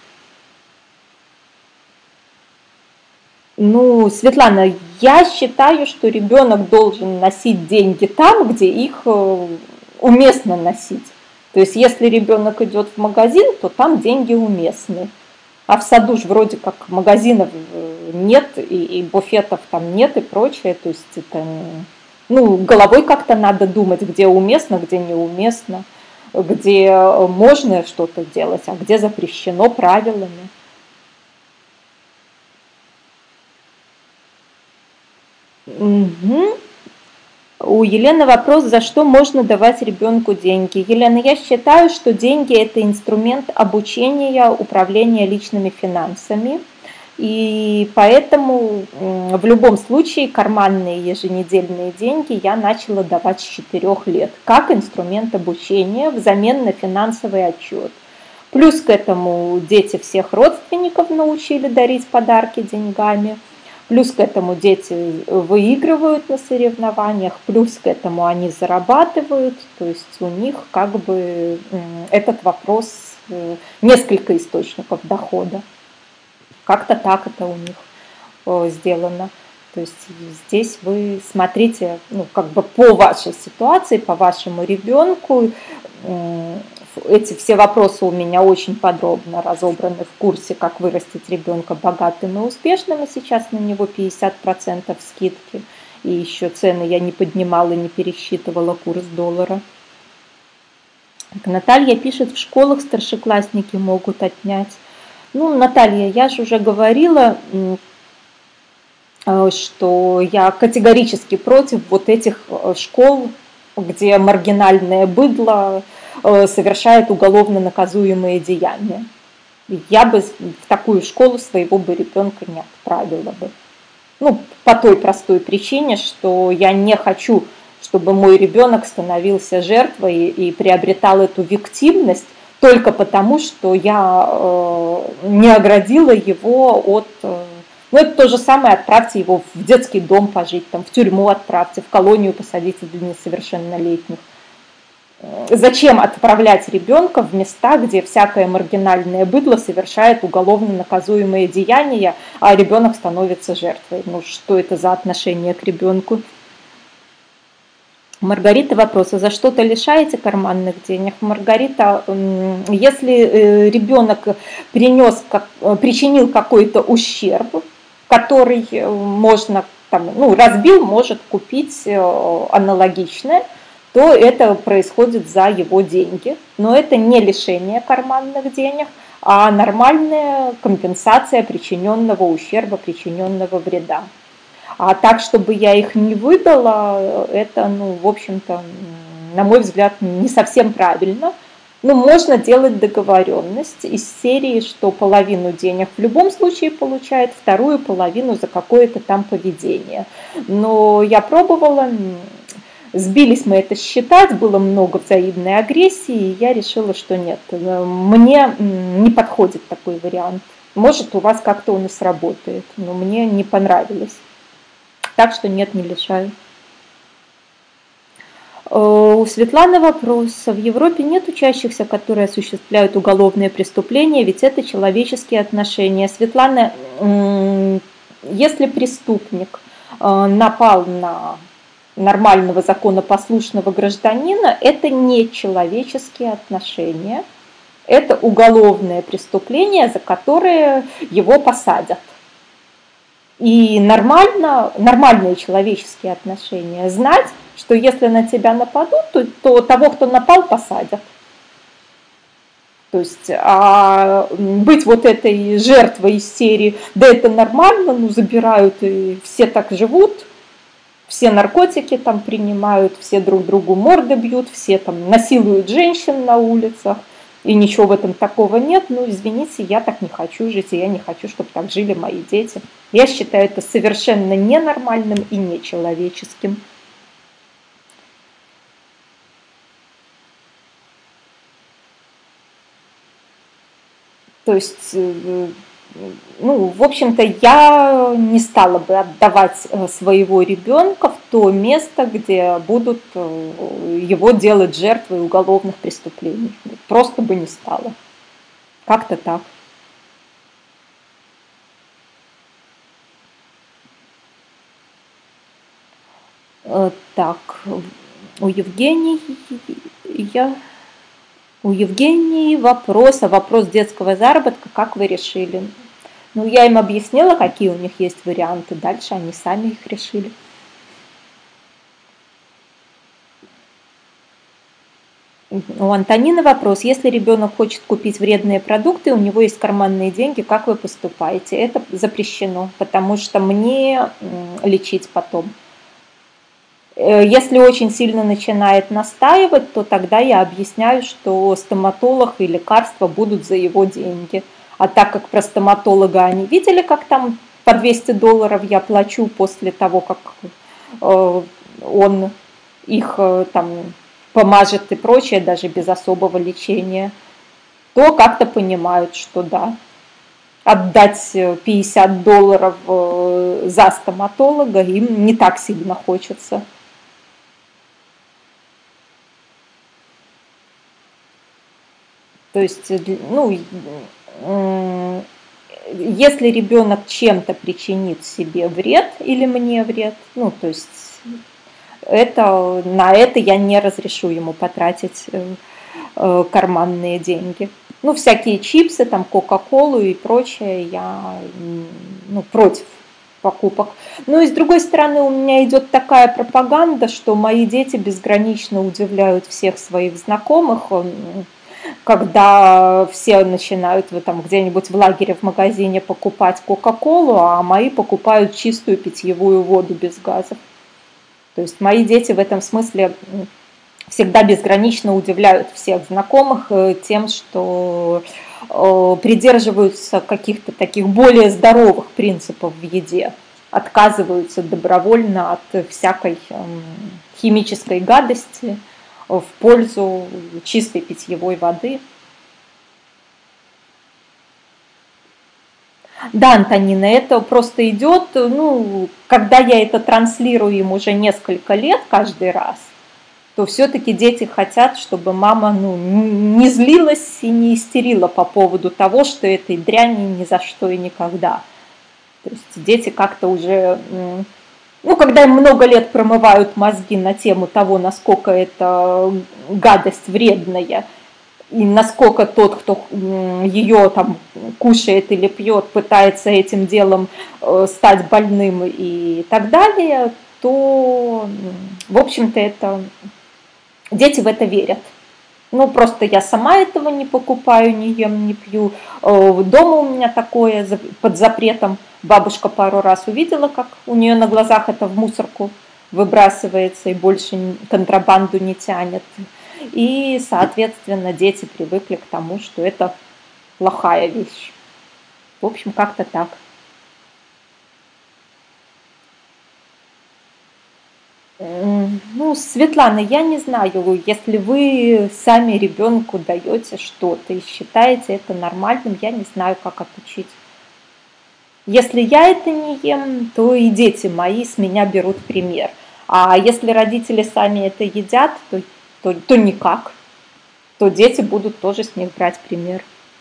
Ну, Светлана, я считаю, что ребенок должен носить деньги там, где их уместно носить. То есть, если ребенок идет в магазин, то там деньги уместны. А в саду же вроде как магазинов нет, и, и буфетов там нет, и прочее. То есть, это, ну, головой как-то надо думать, где уместно, где неуместно, где можно что-то делать, а где запрещено правилами. Угу. У Елены вопрос: за что можно давать ребенку деньги? Елена, я считаю, что деньги – это инструмент обучения, управления личными финансами. И поэтому в любом случае карманные еженедельные деньги я начала давать с четырёх лет, как инструмент обучения взамен на финансовый отчет. Плюс к этому дети всех родственников научили дарить подарки деньгами. Плюс к этому дети выигрывают на соревнованиях, плюс к этому они зарабатывают, то есть у них как бы этот вопрос, несколько источников дохода. Как-то так это у них сделано. То есть здесь вы смотрите, ну, как бы по вашей ситуации, по вашему ребенку. Эти все вопросы у меня очень подробно разобраны в курсе «Как вырастить ребенка богатым и успешным», и сейчас на него пятьдесят процентов скидки. И еще цены я не поднимала, не пересчитывала курс доллара. Так, Наталья пишет: в школах старшеклассники могут отнять. Ну, Наталья, я же уже говорила, что я категорически против вот этих школ, где маргинальное быдло совершает уголовно наказуемые деяния. Я бы в такую школу своего бы ребенка не отправила бы. Ну, по той простой причине, что я не хочу, чтобы мой ребенок становился жертвой и приобретал эту виктимность только потому, что я э, не оградила его от... Э, ну, это то же самое, отправьте его в детский дом пожить, там, в тюрьму отправьте, в колонию посадите для несовершеннолетних. Зачем отправлять ребенка в места, где всякое маргинальное быдло совершает уголовно наказуемые деяния, а ребенок становится жертвой? Ну, что это за отношение к ребенку? Маргарита, вопрос: а за что-то лишаете карманных денег? Маргарита, если ребенок принес, причинил какой-то ущерб, который можно, там, ну, разбил, может купить аналогичное, то это происходит за его деньги. Но это не лишение карманных денег, а нормальная компенсация причиненного ущерба, причиненного вреда. А так, чтобы я их не выдала, это, ну, в общем-то, на мой взгляд, не совсем правильно. Ну, можно делать договоренность из серии, что половину денег в любом случае получает, вторую половину за какое-то там поведение. Но я пробовала, сбились мы это считать, было много взаимной агрессии, и я решила, что нет, мне не подходит такой вариант. Может, у вас как-то он и сработает, но мне не понравилось. Так что нет, не лишаю. У Светланы вопрос. В Европе нет учащихся, которые осуществляют уголовные преступления, ведь это человеческие отношения. Светлана, если преступник напал на нормального законопослушного гражданина, это не человеческие отношения, это уголовное преступление, за которое его посадят. И нормально, нормальные человеческие отношения знать, что если на тебя нападут, то, то того, кто напал, посадят. То есть а быть вот этой жертвой из серии, да это нормально, ну забирают, и все так живут, все наркотики там принимают, все друг другу морды бьют, все там насилуют женщин на улицах, и ничего в этом такого нет, ну извините, я так не хочу жить, и я не хочу, чтобы так жили мои дети. Я считаю это совершенно ненормальным и нечеловеческим. То есть, ну, в общем-то, я не стала бы отдавать своего ребенка в то место, где будут его делать жертвой уголовных преступлений. Просто бы не стала. Как-то так. Так, у Евгении я... У Евгении вопрос, а вопрос детского заработка, как вы решили? Ну, я им объяснила, какие у них есть варианты, дальше они сами их решили. У Антонины вопрос, если ребенок хочет купить вредные продукты, у него есть карманные деньги, как вы поступаете? Это запрещено, потому что мне лечить потом. Если очень сильно начинает настаивать, то тогда я объясняю, что стоматолог и лекарства будут за его деньги. А так как про стоматолога они видели, как там по двести долларов я плачу после того, как он их там помажет и прочее, даже без особого лечения, то как-то понимают, что да, отдать пятьдесят долларов за стоматолога им не так сильно хочется. То есть, ну, если ребенок чем-то причинит себе вред или мне вред, ну, то есть это, на это я не разрешу ему потратить э, карманные деньги. Ну, всякие чипсы, там, кока-колу и прочее, я, ну, против покупок. Ну и с другой стороны, у меня идет такая пропаганда, что мои дети безгранично удивляют всех своих знакомых, когда все начинают там где-нибудь в лагере в магазине покупать кока-колу, а мои покупают чистую питьевую воду без газов. То есть мои дети в этом смысле всегда безгранично удивляют всех знакомых тем, что придерживаются каких-то таких более здоровых принципов в еде. отказываются добровольно от всякой химической гадости в пользу чистой питьевой воды. Да, Антонина, это просто идет, ну, когда я это транслирую им уже несколько лет каждый раз, то все-таки дети хотят, чтобы мама, ну, не злилась и не истерила по поводу того, что этой дряни ни за что и никогда. То есть дети как-то уже, ну, когда им много лет промывают мозги на тему того, насколько эта гадость вредная, и насколько тот, кто ее там кушает или пьет, пытается этим делом стать больным и так далее, то, в общем-то, это дети в это верят. Ну, просто я сама этого не покупаю, не ем, не пью. Дома у меня такое под запретом. Бабушка пару раз увидела, как у нее на глазах это в мусорку выбрасывается и больше контрабанду не тянет. И, соответственно, дети привыкли к тому, что это плохая вещь. В общем, как-то так. Ну, Светлана, я не знаю, если вы сами ребенку даете что-то и считаете это нормальным, я не знаю, как отучить. Если я это не ем, то и дети мои с меня берут пример. А если родители сами это едят, то, то, то никак. То дети будут тоже с них брать пример.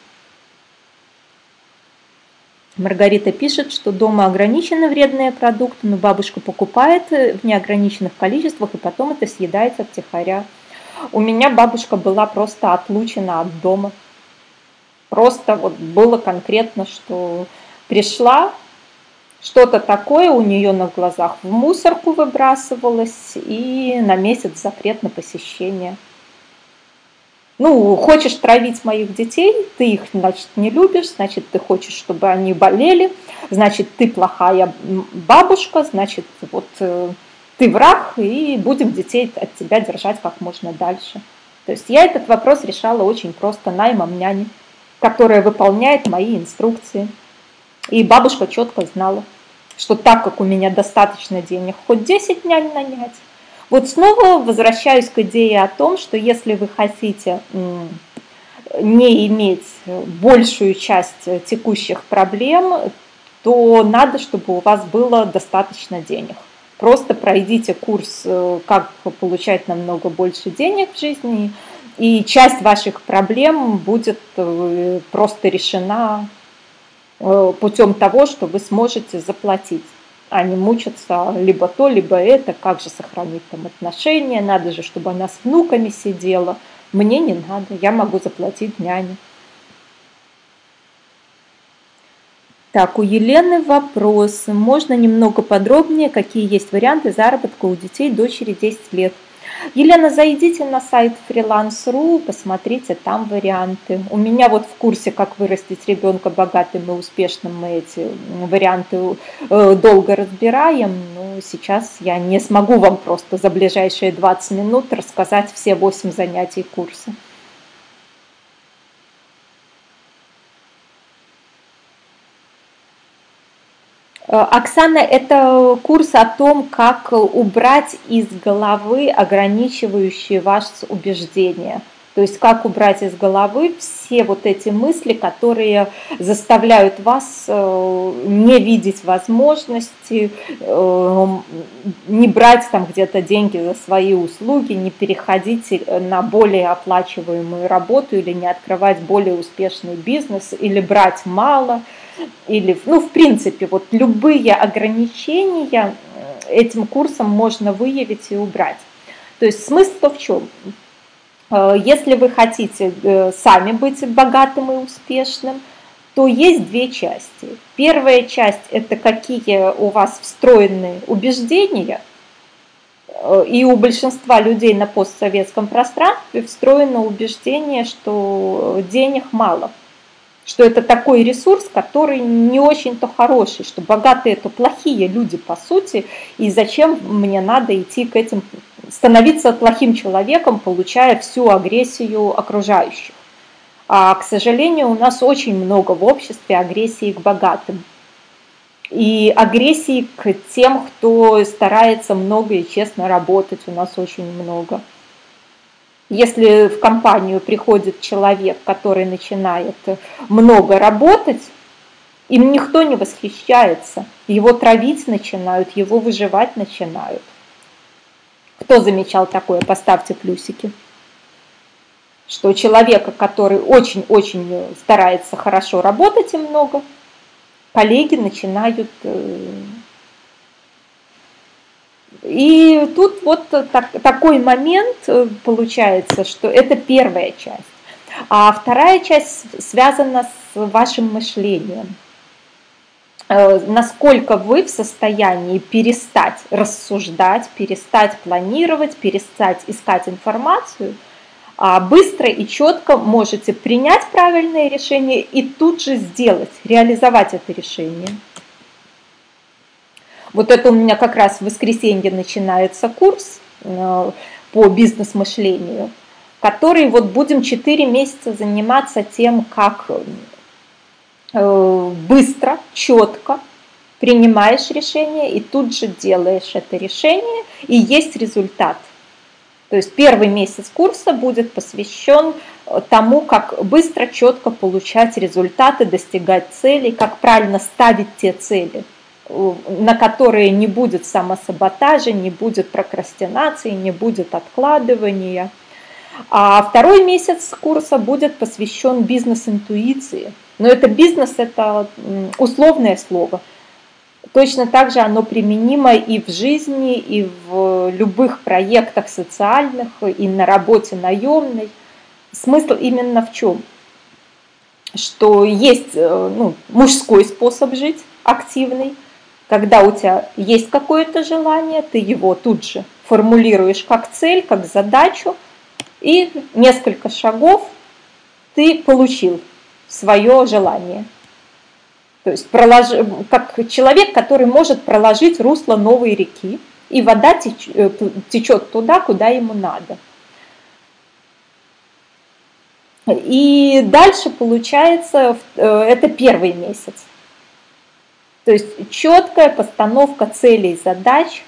Маргарита пишет, что дома ограничены вредные продукты, но бабушка покупает в неограниченных количествах и потом это съедается втихаря. У меня бабушка была просто отлучена от дома. Просто вот было конкретно, что пришла, что-то такое у нее на глазах в мусорку выбрасывалось, и на месяц запрет на посещение. Ну, хочешь травить моих детей, ты их, значит, не любишь, значит, ты хочешь, чтобы они болели, значит, ты плохая бабушка, значит, вот ты враг, и будем детей от тебя держать как можно дальше. То есть я этот вопрос решала очень просто наймом няни, которая выполняет мои инструкции. И бабушка четко знала, что так как у меня достаточно денег, хоть десять нянь нанять. Вот снова возвращаюсь к идее о том, что если вы хотите не иметь большую часть текущих проблем, то надо, чтобы у вас было достаточно денег. Просто пройдите курс, как получать намного больше денег в жизни, и часть ваших проблем будет просто решена путем того, что вы сможете заплатить, а не мучиться либо то, либо это, как же сохранить там отношения, надо же, чтобы она с внуками сидела. Мне не надо, я могу заплатить няне. Так, у Елены вопрос. Можно немного подробнее, какие есть варианты заработка у детей дочери десять лет? Елена, зайдите на сайт фриланс точка ру, посмотрите там варианты. У меня вот в курсе «Как вырастить ребенка богатым и успешным» мы эти варианты долго разбираем, но сейчас я не смогу вам просто за ближайшие двадцать минут рассказать все восемь занятий курса. Оксана, это курс о том, как убрать из головы ограничивающие вас убеждения. То есть как убрать из головы все вот эти мысли, которые заставляют вас не видеть возможности, не брать там где-то деньги за свои услуги, не переходить на более оплачиваемую работу или не открывать более успешный бизнес, или брать мало. Или, ну, в принципе, вот любые ограничения этим курсом можно выявить и убрать. То есть смысл в чем? Если вы хотите сами быть богатым и успешным, то есть две части. Первая часть – это какие у вас встроенные убеждения, и у большинства людей на постсоветском пространстве встроено убеждение, что денег мало. Что это такой ресурс, который не очень-то хороший, что богатые это плохие люди по сути, и зачем мне надо идти к этим, становиться плохим человеком, получая всю агрессию окружающих. А, к сожалению, у нас очень много в обществе агрессии к богатым. и агрессии к тем, кто старается много и честно работать, у нас очень много. Если в компанию приходит человек, который начинает много работать, им никто не восхищается, его травить начинают, его выживать начинают. Кто замечал такое? Поставьте плюсики. Что человека, который очень-очень старается хорошо работать и много, коллеги начинают... И тут вот так, такой момент получается, что это первая часть. А вторая часть связана с вашим мышлением. Насколько вы в состоянии перестать рассуждать, перестать планировать, перестать искать информацию, а быстро и четко можете принять правильное решение и тут же сделать, реализовать это решение. Вот это у меня как раз в воскресенье начинается курс по бизнес-мышлению, который вот будем четыре месяца заниматься тем, как быстро, четко принимаешь решение и тут же делаешь это решение, и есть результат. То есть первый месяц курса будет посвящен тому, как быстро, четко получать результаты, достигать целей, как правильно ставить те цели, на которые не будет самосаботажа, не будет прокрастинации, не будет откладывания. А второй месяц курса будет посвящен бизнес-интуиции. Но это бизнес, это условное слово. Точно так же оно применимо и в жизни, и в любых проектах социальных, и на работе наемной. Смысл именно в чем? Что есть ну, мужской способ жить, активный, когда у тебя есть какое-то желание, ты его тут же формулируешь как цель, как задачу, и несколько шагов ты получил свое желание. То есть пролож... как человек, который может проложить русло новой реки, и вода теч... течет туда, куда ему надо. И дальше получается, это первый месяц. То есть четкая постановка целей, задач,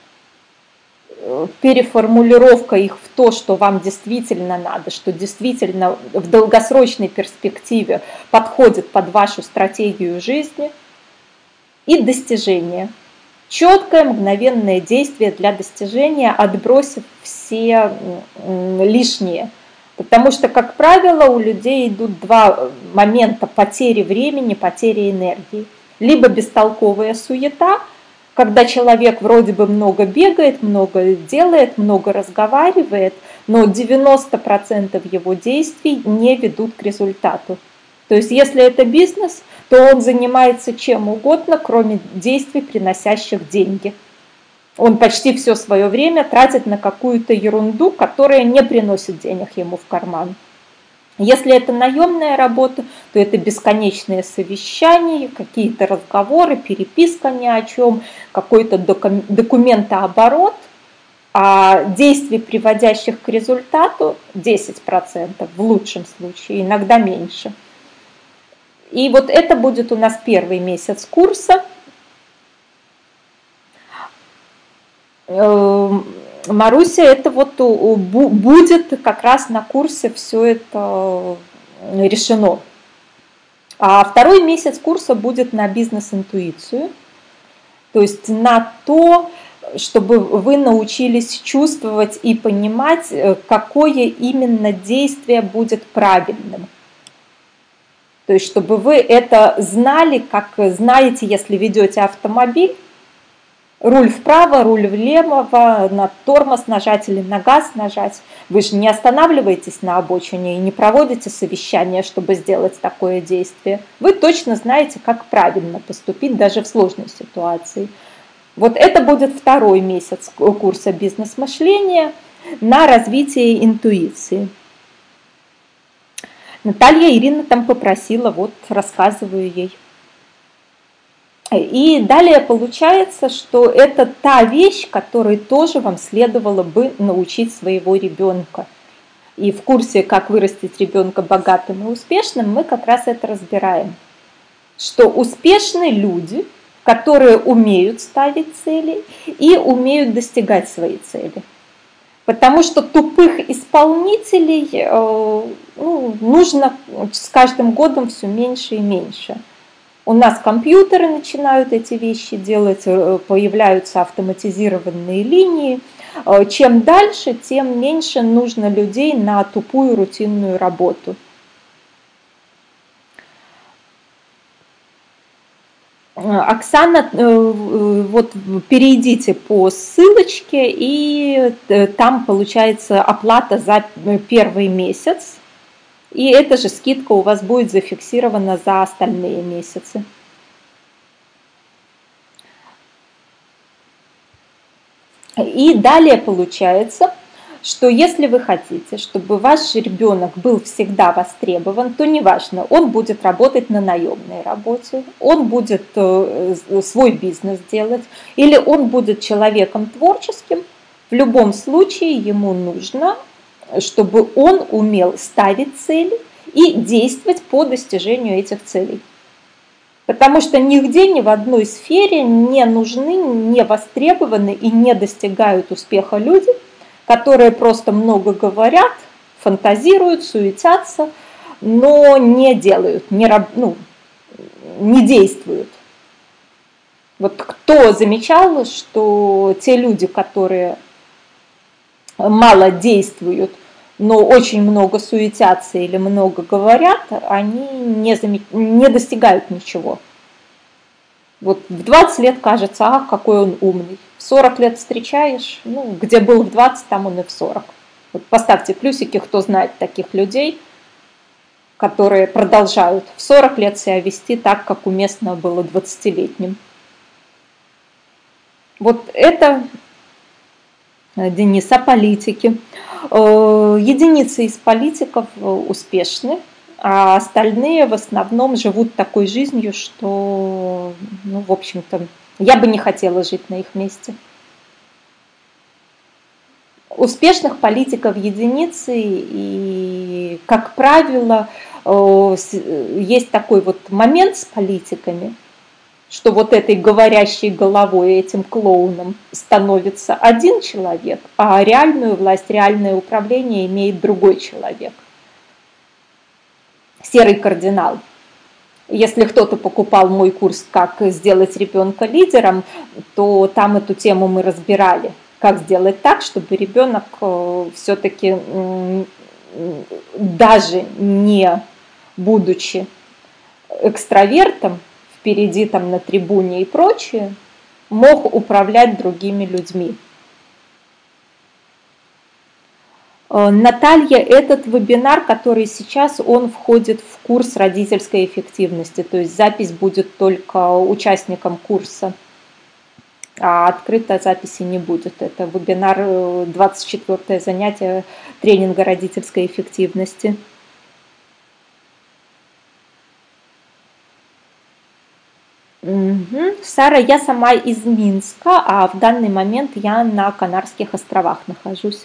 переформулировка их в то, что вам действительно надо, что действительно в долгосрочной перспективе подходит под вашу стратегию жизни, и достижение. Четкое мгновенное действие для достижения, отбросив все лишние. Потому что, как правило, у людей идут два момента потери времени, потери энергии. Либо бестолковая суета, когда человек вроде бы много бегает, много делает, много разговаривает, но девяносто процентов его действий не ведут к результату. То есть если это бизнес, то он занимается чем угодно, кроме действий, приносящих деньги. Он почти все свое время тратит на какую-то ерунду, которая не приносит денег ему в карман. Если это наемная работа, то это бесконечные совещания, какие-то разговоры, переписка ни о чем, какой-то документооборот, а действий, приводящих к результату, десять процентов в лучшем случае, иногда меньше. И вот это будет у нас первый месяц курса. Маруся, это вот будет как раз на курсе все это решено. А второй месяц курса будет на бизнес-интуицию, то есть на то, чтобы вы научились чувствовать и понимать, какое именно действие будет правильным. То есть чтобы вы это знали, как знаете, если ведете автомобиль, руль вправо, руль влево, на тормоз нажать или на газ нажать. Вы же не останавливаетесь на обочине и не проводите совещание, чтобы сделать такое действие. Вы точно знаете, как правильно поступить даже в сложной ситуации. Вот это будет второй месяц курса бизнес-мышления на развитие интуиции. Наталья Ирина там попросила, вот рассказываю ей. И далее получается, что это та вещь, которой тоже вам следовало бы научить своего ребенка. И в курсе «Как вырастить ребенка богатым и успешным» мы как раз это разбираем. Что успешные люди которые умеют ставить цели и умеют достигать свои цели. Потому что тупых исполнителей ну, нужно с каждым годом все меньше и меньше. У нас компьютеры начинают эти вещи делать, появляются автоматизированные линии. Чем дальше, тем меньше нужно людей на тупую рутинную работу. Оксана, вот перейдите по ссылочке, и там получается оплата за первый месяц. И эта же скидка у вас будет зафиксирована за остальные месяцы. И далее получается, что если вы хотите, чтобы ваш ребенок был всегда востребован, то неважно, он будет работать на наемной работе, он будет свой бизнес делать, или он будет человеком творческим, в любом случае ему нужно, чтобы он умел ставить цели и действовать по достижению этих целей. Потому что нигде, ни в одной сфере не нужны, не востребованы и не достигают успеха люди, которые просто много говорят, фантазируют, суетятся, но не делают, не, ну, не действуют. Вот кто замечал, что те люди, которые мало действуют, но очень много суетятся или много говорят, они не, зам... не достигают ничего. Вот в двадцать лет кажется, ах, какой он умный. В сорок лет встречаешь, ну, где был в двадцать, там он и в сорок. Вот поставьте плюсики, кто знает таких людей, которые продолжают в сорок лет себя вести так, как уместно было двадцатилетним. Вот это, Денис, о политике. Единицы из политиков успешны, а остальные в основном живут такой жизнью, что, ну, в общем-то, я бы не хотела жить на их месте. Успешных политиков единицы, и, как правило, есть такой вот момент с политиками, что вот этой говорящей головой, этим клоуном становится один человек, а реальную власть, реальное управление имеет другой человек. Серый кардинал. Если кто-то покупал мой курс «Как сделать ребенка лидером», то там эту тему мы разбирали. Как сделать так, чтобы ребенок все-таки, даже не будучи экстравертом, впереди там на трибуне и прочее, мог управлять другими людьми. Наталья, этот вебинар, который сейчас, он входит в курс родительской эффективности, то есть запись будет только участникам курса, а открытой записи не будет. Это вебинар, двадцать четвёртое занятие тренинга родительской эффективности. Угу. Сара, я сама из Минска, а в данный момент я на Канарских островах нахожусь.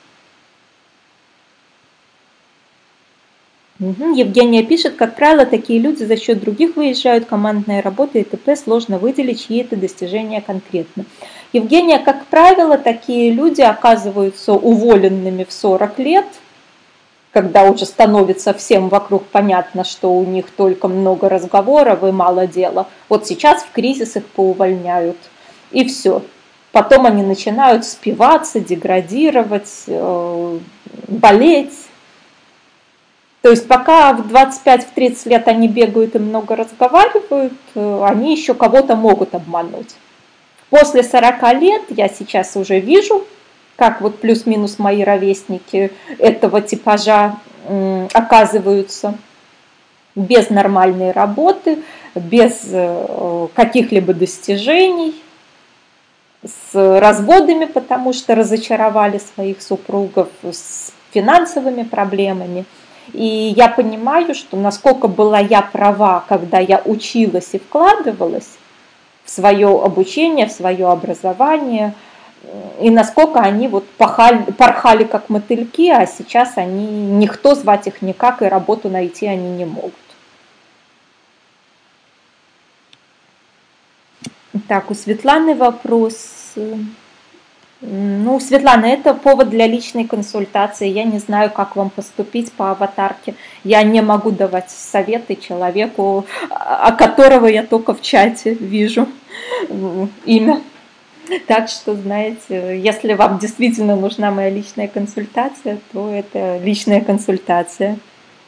Угу. Евгения пишет, как правило, такие люди за счет других выезжают, командная работа и т.п. Сложно выделить чьи-то достижения конкретно. Евгения, как правило, такие люди оказываются уволенными в сорок лет, когда уже становится всем вокруг понятно, что у них только много разговоров и мало дела. Вот сейчас в кризис их поувольняют, и все. Потом они начинают спиваться, деградировать, болеть. То есть пока в двадцать пять - тридцать лет они бегают и много разговаривают, они еще кого-то могут обмануть. После сорока лет я сейчас уже вижу, как вот плюс-минус мои ровесники этого типажа оказываются без нормальной работы, без каких-либо достижений, с разводами, потому что разочаровали своих супругов, с финансовыми проблемами. И я понимаю, что насколько была я права, когда я училась и вкладывалась в свое обучение, в свое образование, и насколько они вот пахали, порхали как мотыльки, а сейчас они, никто звать их никак, и работу найти они не могут. Так, у Светланы вопрос. Ну, Светлана, это повод для личной консультации. Я не знаю, как вам поступить по аватарке. Я не могу давать советы человеку, о которого я только в чате вижу имя. Так что, знаете, если вам действительно нужна моя личная консультация, то это личная консультация.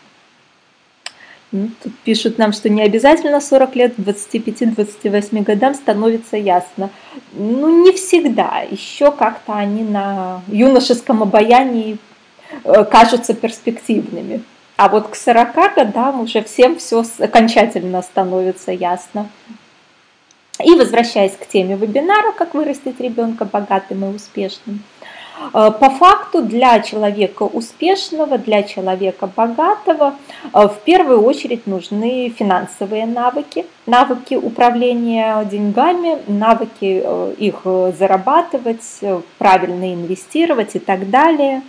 Ну, тут пишут нам, что не обязательно сорок лет, к двадцати пяти — двадцати восьми годам становится ясно. Ну, не всегда. Еще как-то они на юношеском обаянии кажутся перспективными. А вот к сорока годам уже всем все окончательно становится ясно. И возвращаясь к теме вебинара «Как вырастить ребенка богатым и успешным», по факту для человека успешного, для человека богатого в первую очередь нужны финансовые навыки, навыки управления деньгами, навыки их зарабатывать, правильно инвестировать и так далее.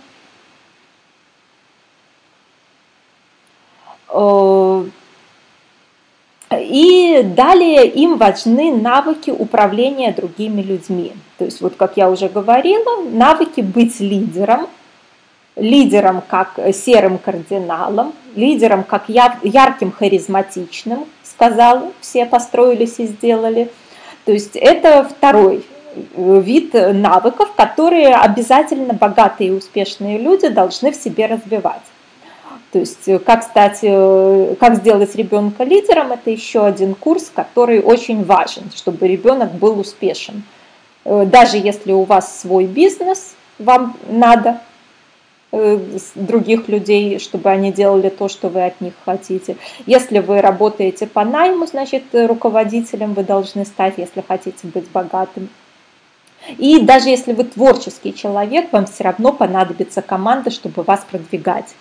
И далее им важны навыки управления другими людьми. То есть, вот как я уже говорила, навыки быть лидером, лидером как серым кардиналом, лидером как ярким, харизматичным, сказал, все построились и сделали. То есть это второй вид навыков, которые обязательно богатые и успешные люди должны в себе развивать. То есть, как стать, как сделать ребенка лидером, это еще один курс, который очень важен, чтобы ребенок был успешен. Даже если у вас свой бизнес, вам надо других людей, чтобы они делали то, что вы от них хотите. Если вы работаете по найму, значит, руководителем вы должны стать, если хотите быть богатым. И даже если вы творческий человек, вам все равно понадобится команда, чтобы вас продвигать.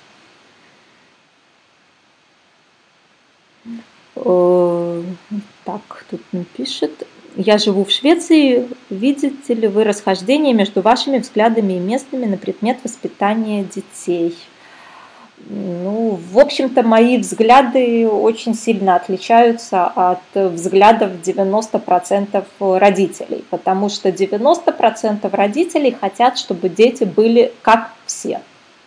Так, тут мне пишет. Я живу в Швеции. Видите ли вы расхождение между вашими взглядами и местными на предмет воспитания детей? Ну, в общем-то, мои взгляды очень сильно отличаются от взглядов девяноста процентов родителей, потому что девяносто процентов родителей хотят, чтобы дети были как все.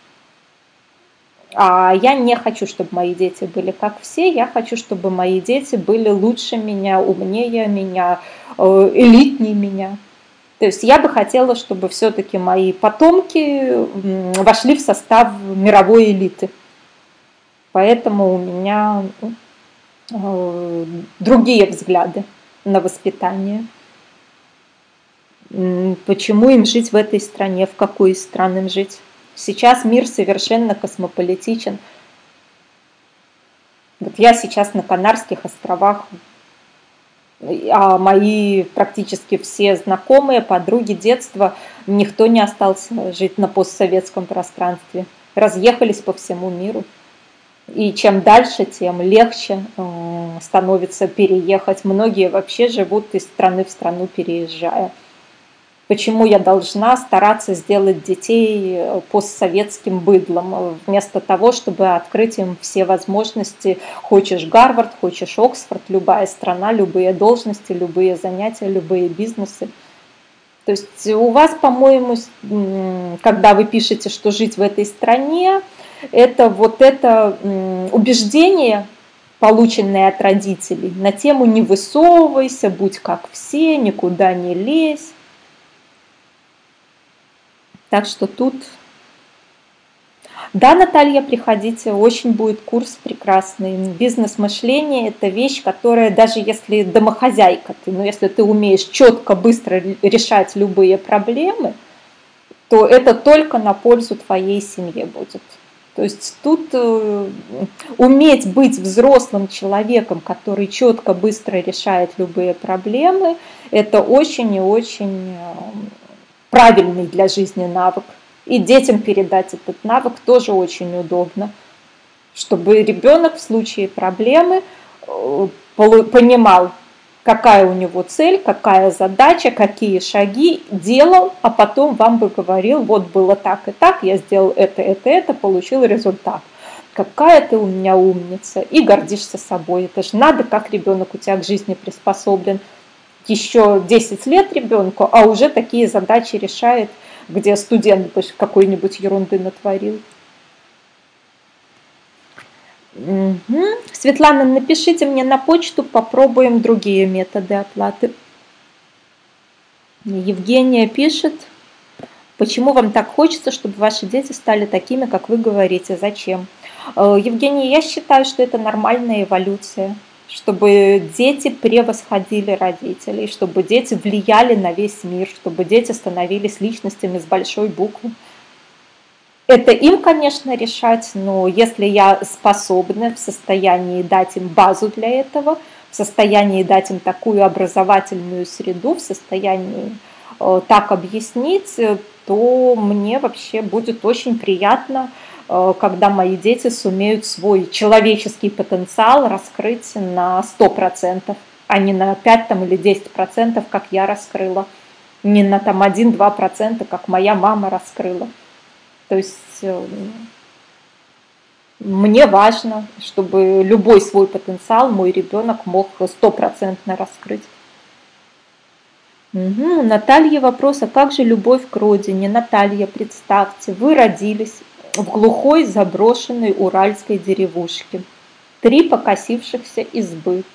А я не хочу, чтобы мои дети были как все, я хочу, чтобы мои дети были лучше меня, умнее меня, элитнее меня. То есть я бы хотела, чтобы все-таки мои потомки вошли в состав мировой элиты. Поэтому у меня другие взгляды на воспитание. Почему им жить в этой стране, в какой из стран им жить? Сейчас мир совершенно космополитичен. Вот я сейчас на Канарских островах, а мои практически все знакомые, подруги детства, никто не остался жить на постсоветском пространстве. Разъехались по всему миру. И чем дальше, тем легче становится переехать. Многие вообще живут из страны в страну, переезжая. Почему я должна стараться сделать детей постсоветским быдлом, вместо того, чтобы открыть им все возможности? Хочешь Гарвард, хочешь Оксфорд, любая страна, любые должности, любые занятия, любые бизнесы. То есть у вас, по-моему, когда вы пишете, что жить в этой стране, это вот это убеждение, полученное от родителей, на тему «не высовывайся, будь как все, никуда не лезь». Так что тут... Да, Наталья, приходите, очень будет курс прекрасный. Бизнес-мышление – это вещь, которая, даже если домохозяйка ты, но если ты умеешь четко, быстро решать любые проблемы, то это только на пользу твоей семье будет. То есть тут э, уметь быть взрослым человеком, который четко, быстро решает любые проблемы, это очень и очень э, правильный для жизни навык. И детям передать этот навык тоже очень удобно, чтобы ребенок в случае проблемы э, понимал, какая у него цель, какая задача, какие шаги делал, а потом вам бы говорил, вот было так и так, я сделал это, это, это, получил результат. Какая ты у меня умница, и гордишься собой. Это же надо, как ребенок у тебя к жизни приспособлен. еще десять лет ребенку, а уже такие задачи решает, где студент какой-нибудь ерунды натворил. Угу. Светлана, напишите мне на почту, попробуем другие методы оплаты. Евгения пишет, почему вам так хочется, чтобы ваши дети стали такими, как вы говорите, зачем? Евгения, я считаю, что это нормальная эволюция, чтобы дети превосходили родителей, чтобы дети влияли на весь мир, чтобы дети становились личностями с большой буквы. Это им, конечно, решать, но если я способна, в состоянии дать им базу для этого, в состоянии дать им такую образовательную среду, в состоянии э, так объяснить, то мне вообще будет очень приятно, э, когда мои дети сумеют свой человеческий потенциал раскрыть на сто процентов, а не на пять там, или десять процентов, как я раскрыла, не на там один-два процента, как моя мама раскрыла. То есть мне важно, чтобы любой свой потенциал мой ребенок мог стопроцентно раскрыть. Угу. Наталья вопрос, а как же любовь к родине? Наталья, представьте, вы родились в глухой заброшенной уральской деревушке. Три покосившихся избы.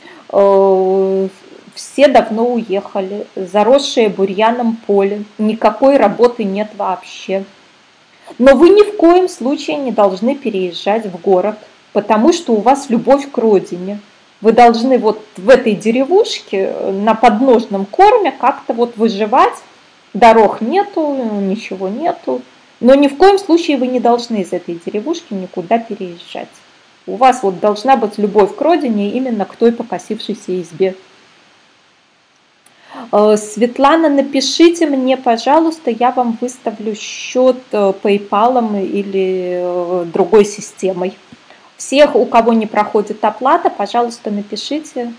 Все давно уехали, заросшее бурьяном поле, никакой работы нет вообще. Но вы ни в коем случае не должны переезжать в город, потому что у вас любовь к родине. Вы должны вот в этой деревушке на подножном корме как-то вот выживать. Дорог нету, ничего нету. Но ни в коем случае вы не должны из этой деревушки никуда переезжать. У вас вот должна быть любовь к родине именно к той покосившейся избе. Светлана, напишите мне, пожалуйста, я вам выставлю счет PayPal или другой системой. Всех, у кого не проходит оплата, пожалуйста, напишите.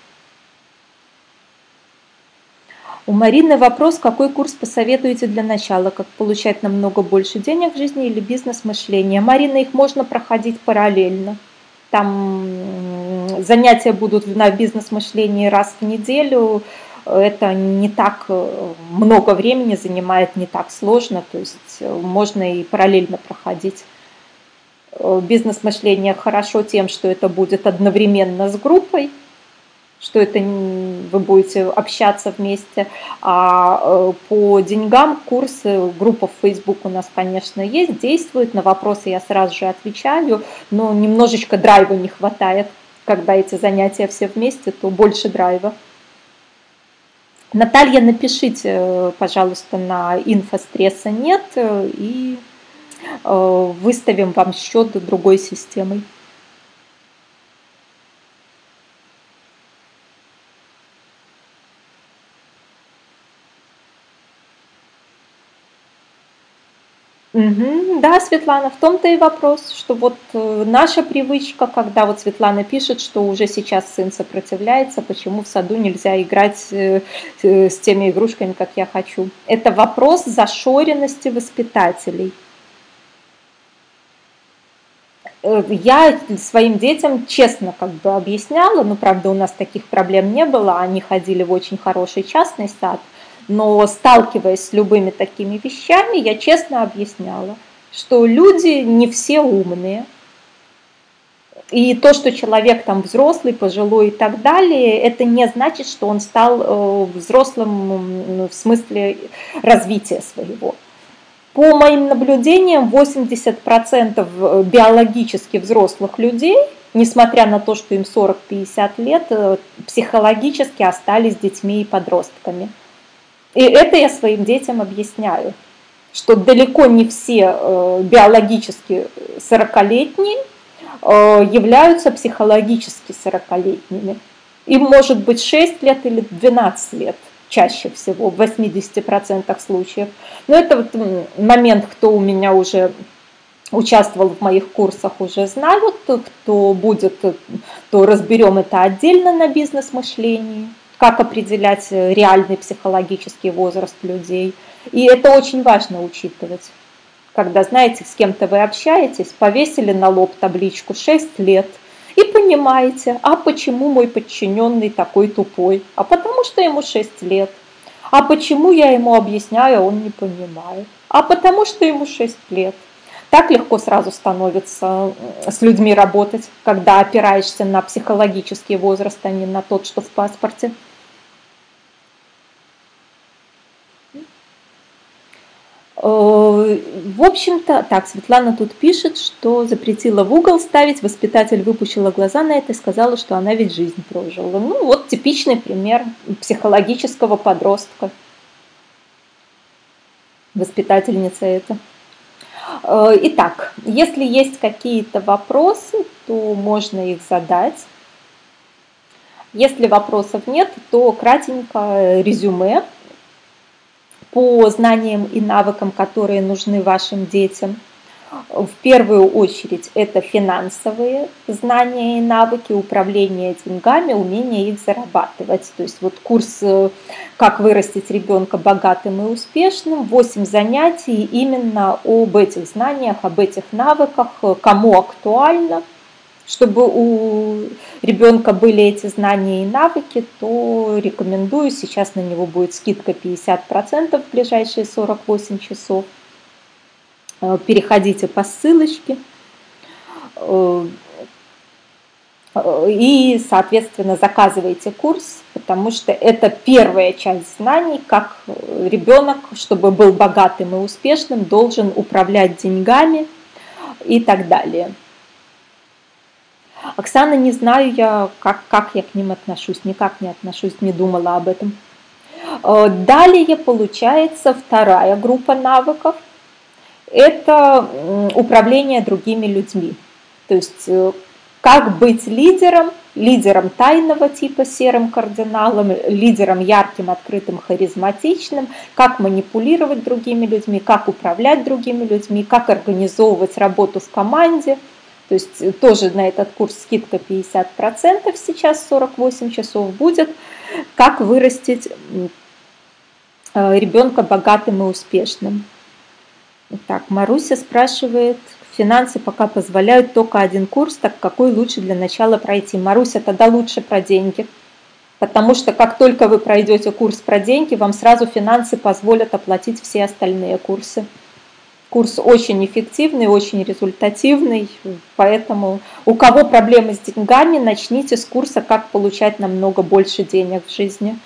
У Марины вопрос, какой курс посоветуете для начала, как получать намного больше денег в жизни или бизнес-мышление? Марина, их можно проходить параллельно. Там занятия будут на бизнес-мышлении раз в неделю. Это не так много времени занимает, не так сложно, то есть можно и параллельно проходить. Бизнес-мышление хорошо тем, что это будет одновременно с группой, что это вы будете общаться вместе, а по деньгам курсы, группа в Facebook у нас, конечно, есть, действует, на вопросы я сразу же отвечаю, но немножечко драйва не хватает, когда эти занятия все вместе, то больше драйва. Наталья, напишите, пожалуйста, на инфо стресса нет и выставим вам счет другой системой. Угу, да, Светлана, в том-то и вопрос, что вот наша привычка, когда вот Светлана пишет, что уже сейчас сын сопротивляется, почему в саду нельзя играть с теми игрушками, как я хочу. Это вопрос зашоренности воспитателей. Я своим детям честно как бы объясняла, ну, правда, у нас таких проблем не было, они ходили в очень хороший частный сад, но сталкиваясь с любыми такими вещами, я честно объясняла, что люди не все умные. И то, что человек там взрослый, пожилой и так далее, это не значит, что он стал взрослым в смысле развития своего. По моим наблюдениям, восемьдесят процентов биологически взрослых людей, несмотря на то, что им сорок-пятьдесят лет, психологически остались детьми и подростками. И это я своим детям объясняю, что далеко не все биологически сорокалетние являются психологически сорокалетними. Им может быть шесть лет или двенадцать лет. Чаще всего, в восьмидесяти процентах случаев. Но это вот момент, кто у меня уже участвовал в моих курсах, уже знают, кто будет, то разберем это отдельно на бизнес-мышлении, как определять реальный психологический возраст людей. И это очень важно учитывать. Когда, знаете, с кем-то вы общаетесь, повесили на лоб табличку шесть лет, И понимаете, а почему мой подчиненный такой тупой? А потому что ему шесть лет. А почему я ему объясняю, а он не понимает? А потому что ему шесть лет. Так легко сразу становится с людьми работать, когда опираешься на психологический возраст, а не на тот, что в паспорте. В общем-то, так, Светлана тут пишет, что запретила в угол ставить, воспитатель выпучила глаза на это и сказала, что она ведь жизнь прожила. Ну, вот типичный пример психологического подростка. Воспитательница это. Итак, если есть какие-то вопросы, то можно их задать. Если вопросов нет, то кратенько резюме по знаниям и навыкам, которые нужны вашим детям. В первую очередь это финансовые знания и навыки, управления деньгами, умение их зарабатывать. То есть вот курс «Как вырастить ребенка богатым и успешным», восемь занятий именно об этих знаниях, об этих навыках, кому актуально. Чтобы у ребенка были эти знания и навыки, то рекомендую, сейчас на него будет скидка пятьдесят процентов в ближайшие сорок восемь часов. Переходите по ссылочке и, соответственно, заказывайте курс, потому что это первая часть знаний, как ребенок, чтобы был богатым и успешным, должен управлять деньгами и так далее. Оксана, не знаю я, как, как я к ним отношусь, никак не отношусь, не думала об этом. Далее получается вторая группа навыков. Это управление другими людьми. То есть как быть лидером, лидером тайного типа серым кардиналом, лидером ярким, открытым, харизматичным, как манипулировать другими людьми, как управлять другими людьми, как организовывать работу в команде. То есть тоже на этот курс скидка пятьдесят процентов, сейчас сорок восемь часов будет. Как вырастить ребенка богатым и успешным. Так, Маруся спрашивает, финансы пока позволяют только один курс, так какой лучше для начала пройти? Маруся, тогда лучше про деньги. Потому что как только вы пройдете курс про деньги, вам сразу финансы позволят оплатить все остальные курсы. Курс очень эффективный, очень результативный, поэтому у кого проблемы с деньгами, начните с курса «Как получать намного больше денег в жизни».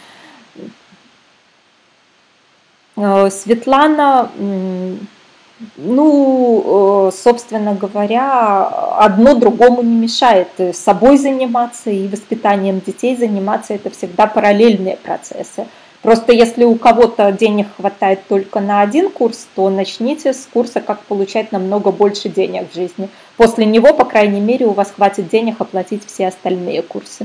Светлана, ну, собственно говоря, одно другому не мешает. Собой заниматься и воспитанием детей заниматься – это всегда параллельные процессы. Просто если у кого-то денег хватает только на один курс, то начните с курса «Как получать намного больше денег в жизни». После него, по крайней мере, у вас хватит денег оплатить все остальные курсы.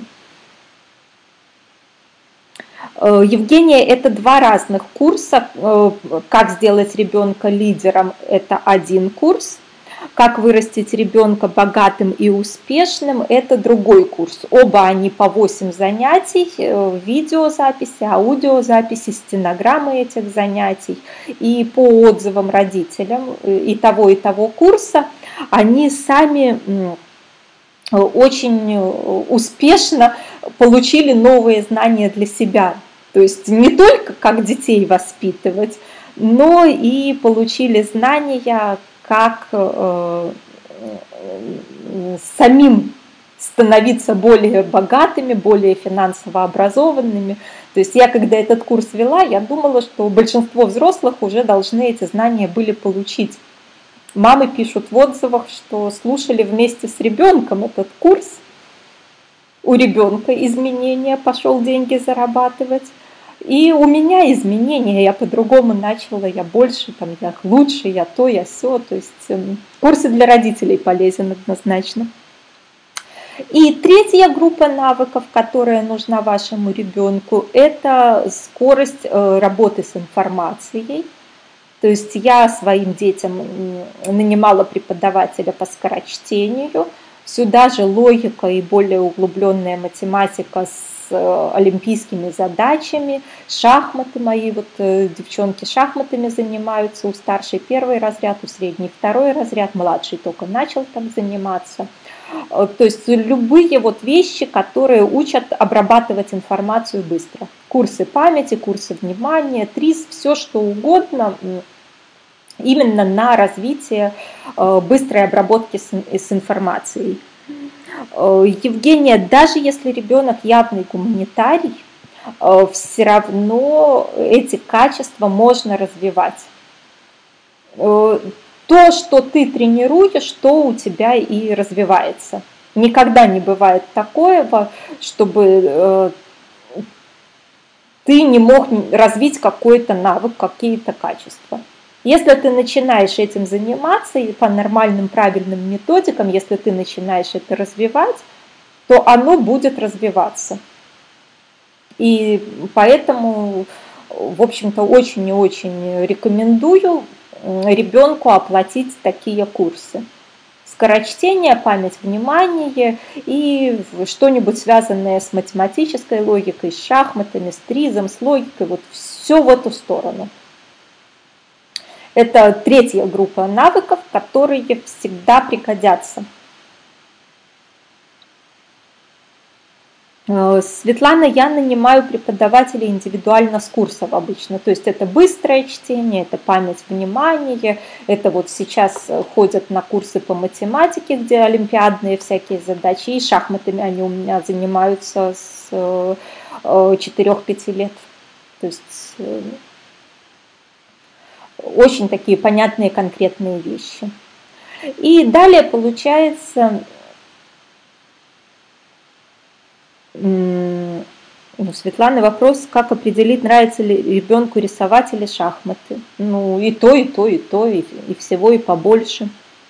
Евгения, это два разных курса. «Как сделать ребенка лидером» – это один курс. «Как вырастить ребенка богатым и успешным» – это другой курс. Оба они по восемь занятий, видеозаписи, аудиозаписи, стенограммы этих занятий. И по отзывам родителям и того, и того курса они сами очень успешно получили новые знания для себя. То есть не только как детей воспитывать, но и получили знания, как э, самим становиться более богатыми, более финансово образованными. То есть я, когда этот курс вела, я думала, что большинство взрослых уже должны эти знания были получить. Мамы пишут в отзывах, что слушали вместе с ребенком этот курс. У ребенка изменения, пошел деньги зарабатывать. И у меня изменения, я по-другому начала, я больше, там, я лучше, я то, я сё. То есть курсы для родителей полезен однозначно. И третья группа навыков, которая нужна вашему ребенку, это скорость работы с информацией. То есть я своим детям нанимала преподавателя по скорочтению. Сюда же логика и более углубленная математика с э, олимпийскими задачами, шахматы мои, вот э, девчонки шахматами занимаются, у старшей первый разряд, у средней второй разряд, младший только начал там заниматься. Э, то есть любые вот вещи, которые учат обрабатывать информацию быстро. Курсы памяти, курсы внимания, ТРИС, все что угодно, именно на развитие э, быстрой обработки с, с информацией. Евгения, даже если ребенок явный гуманитарий, все равно эти качества можно развивать. То, что ты тренируешь, то у тебя и развивается. Никогда не бывает такого, чтобы ты не мог развить какой-то навык, какие-то качества. Если ты начинаешь этим заниматься и по нормальным правильным методикам, если ты начинаешь это развивать, то оно будет развиваться. И поэтому, в общем-то, очень и очень рекомендую ребенку оплатить такие курсы. Скорочтение, память, внимание и что-нибудь связанное с математической логикой, с шахматами, с ТРИЗом, с логикой, вот все в эту сторону. Это третья группа навыков, которые всегда пригодятся. Светлана, я нанимаю преподавателей индивидуально с курсов обычно. То есть это быстрое чтение, это память, внимание. Это вот сейчас ходят на курсы по математике, где олимпиадные всякие задачи. И шахматами они у меня занимаются с четырёх-пяти лет. То есть очень такие понятные, конкретные вещи. И далее получается, ну, Светлана, вопрос, как определить, нравится ли ребенку рисовать или шахматы. Ну, и то, и то, и то, и, и всего, и побольше.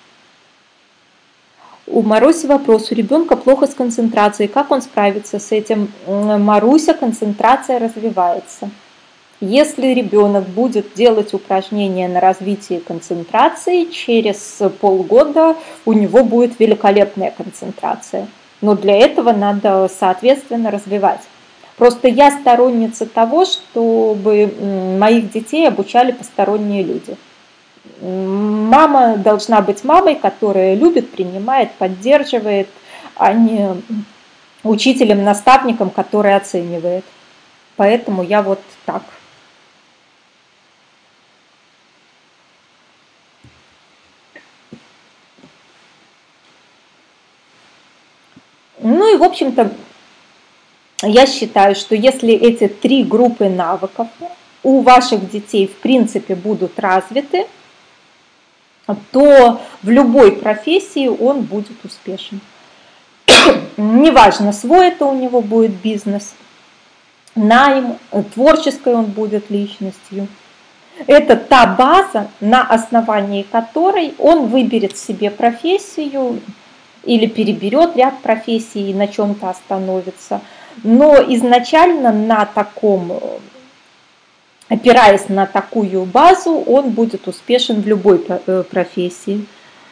У Маруси вопрос, у ребенка плохо с концентрацией, как он справится с этим? Маруся, концентрация развивается. Если ребенок будет делать упражнения на развитие концентрации, через полгода у него будет великолепная концентрация. Но для этого надо, соответственно, развивать. Просто я сторонница того, чтобы моих детей обучали посторонние люди. Мама должна быть мамой, которая любит, принимает, поддерживает, а не учителем, наставником, который оценивает. Поэтому я вот так. Ну и, в общем-то, я считаю, что если эти три группы навыков у ваших детей, в принципе, будут развиты, то в любой профессии он будет успешен. Неважно, свой это у него будет бизнес, найм, творческой он будет личностью. Это та база, на основании которой он выберет себе профессию, или переберет ряд профессий и на чем-то остановится. Но изначально на таком, опираясь на такую базу, он будет успешен в любой профессии.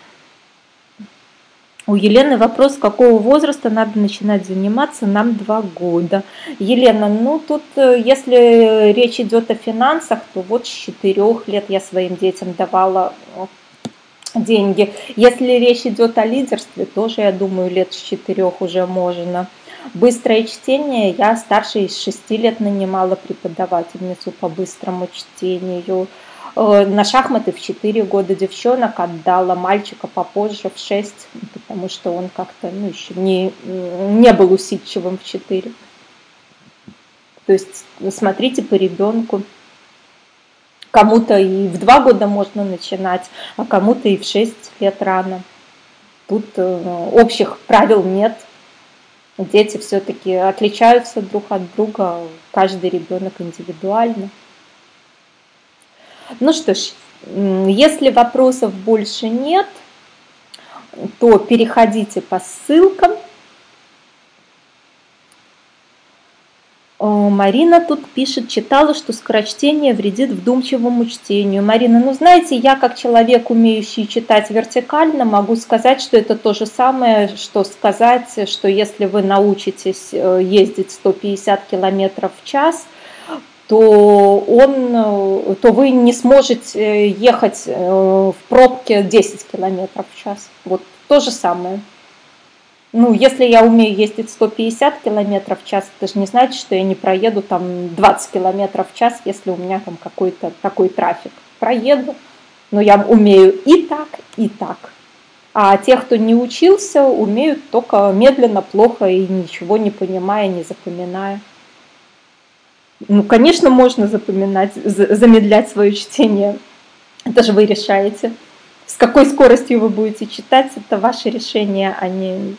У Елены вопрос, с какого возраста надо начинать заниматься, нам два года. Елена, ну тут, если речь идет о финансах, то вот с четырех лет я своим детям давала деньги. Если речь идет о лидерстве, тоже, я думаю, лет с четырех уже можно. Быстрое чтение, я старше из шести лет нанимала преподавательницу по быстрому чтению. На шахматы в четыре года девчонок отдала, мальчика попозже в шесть, потому что он как-то ну, еще не, не был усидчивым в четыре. То есть смотрите по ребенку. Кому-то и в два года можно начинать, а кому-то и в шесть лет рано. Тут общих правил нет. Дети все-таки отличаются друг от друга, каждый ребенок индивидуально. Ну что ж, если вопросов больше нет, то переходите по ссылкам. Марина тут пишет, читала, что скорочтение вредит вдумчивому чтению. Марина, ну знаете, я как человек, умеющий читать вертикально, могу сказать, что это то же самое, что сказать, что если вы научитесь ездить сто пятьдесят километров в час, то, он, то вы не сможете ехать в пробке десять километров в час. Вот то же самое. Ну, если я умею ездить сто пятьдесят километров в час, это же не значит, что я не проеду там двадцать километров в час, если у меня там какой-то такой трафик. Проеду, но я умею и так, и так. А те, кто не учился, умеют только медленно, плохо и ничего не понимая, не запоминая. Ну, конечно, можно запоминать, замедлять свое чтение. Это же вы решаете. С какой скоростью вы будете читать, это ваше решение, а не...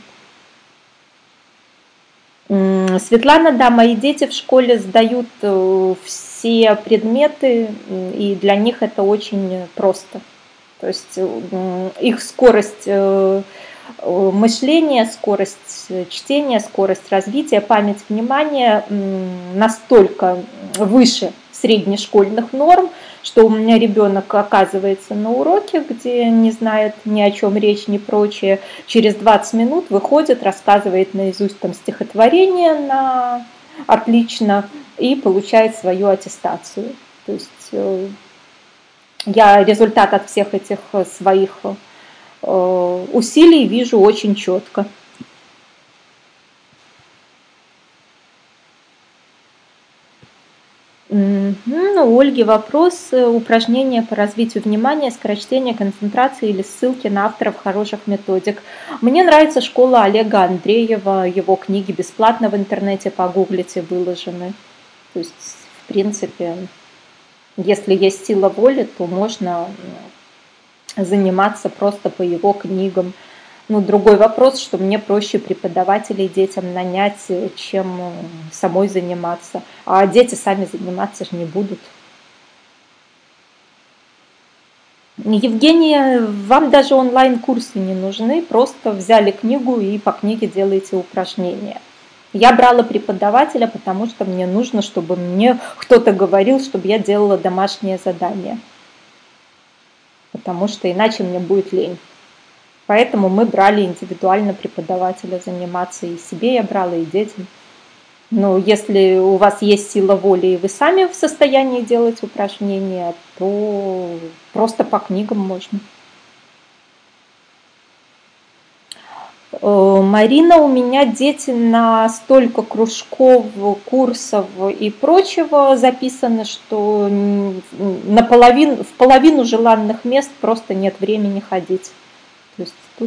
Светлана, да, мои дети в школе сдают все предметы, и для них это очень просто. То есть их скорость мышления, скорость чтения, скорость развития, память, внимания настолько выше среднешкольных норм, что у меня ребенок оказывается на уроке, где не знает ни о чем речь, ни прочее, через двадцать минут выходит, рассказывает наизусть там стихотворение на отлично и получает свою аттестацию. То есть я результат от всех этих своих усилий вижу очень четко. Ну, у Ольги вопрос. Упражнения по развитию внимания, скорочтения, концентрации или ссылки на авторов хороших методик. Мне нравится школа Олега Андреева, его книги бесплатно в интернете погуглите, выложены. То есть, в принципе, если есть сила воли, то можно заниматься просто по его книгам. Ну, другой вопрос, что мне проще преподавателей детям нанять, чем самой заниматься. А дети сами заниматься же не будут. Евгения, вам даже онлайн-курсы не нужны, просто взяли книгу и по книге делаете упражнения. Я брала преподавателя, потому что мне нужно, чтобы мне кто-то говорил, чтобы я делала домашнее задание. Потому что иначе мне будет лень. Поэтому мы брали индивидуально преподавателя заниматься, и себе я брала, и детям. Но если у вас есть сила воли, и вы сами в состоянии делать упражнения, то просто по книгам можно. Марина, у меня дети на столько кружков, курсов и прочего записаны, что наполовину, в половину желанных мест просто нет времени ходить. То есть тут...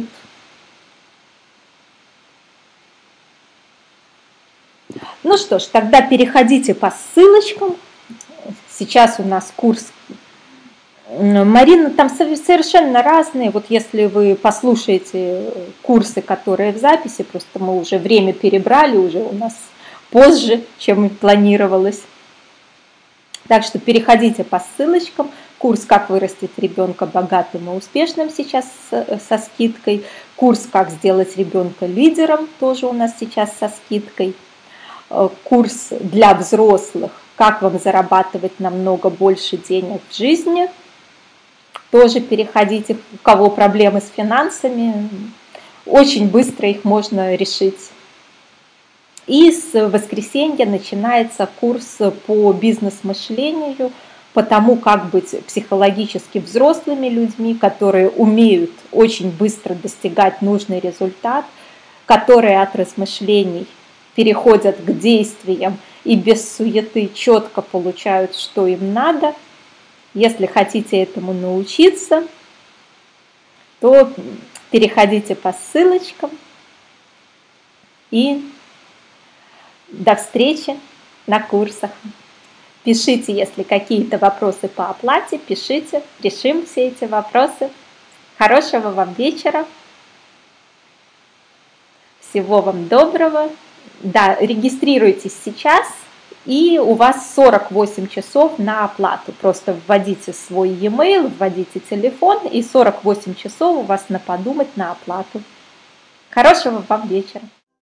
Ну что ж, тогда переходите по ссылочкам. Сейчас у нас курс. Марина, там совершенно разные. Вот если вы послушаете курсы, которые в записи, просто мы уже время перебрали, уже у нас позже, чем планировалось. Так что переходите по ссылочкам. Курс «Как вырастить ребенка богатым и успешным» сейчас со скидкой. Курс «Как сделать ребенка лидером» тоже у нас сейчас со скидкой. Курс для взрослых «Как вам зарабатывать намного больше денег в жизни». Тоже переходите, у кого проблемы с финансами. Очень быстро их можно решить. И с воскресенья начинается курс по бизнес-мышлению, по тому, как быть психологически взрослыми людьми, которые умеют очень быстро достигать нужный результат, которые от размышлений переходят к действиям и без суеты четко получают, что им надо. Если хотите этому научиться, то переходите по ссылочкам. И до встречи на курсах. Пишите, если какие-то вопросы по оплате, пишите, решим все эти вопросы. Хорошего вам вечера. Всего вам доброго. Да, регистрируйтесь сейчас, и у вас сорок восемь часов на оплату. Просто вводите свой e-mail, вводите телефон, и сорок восемь часов у вас на подумать на оплату. Хорошего вам вечера.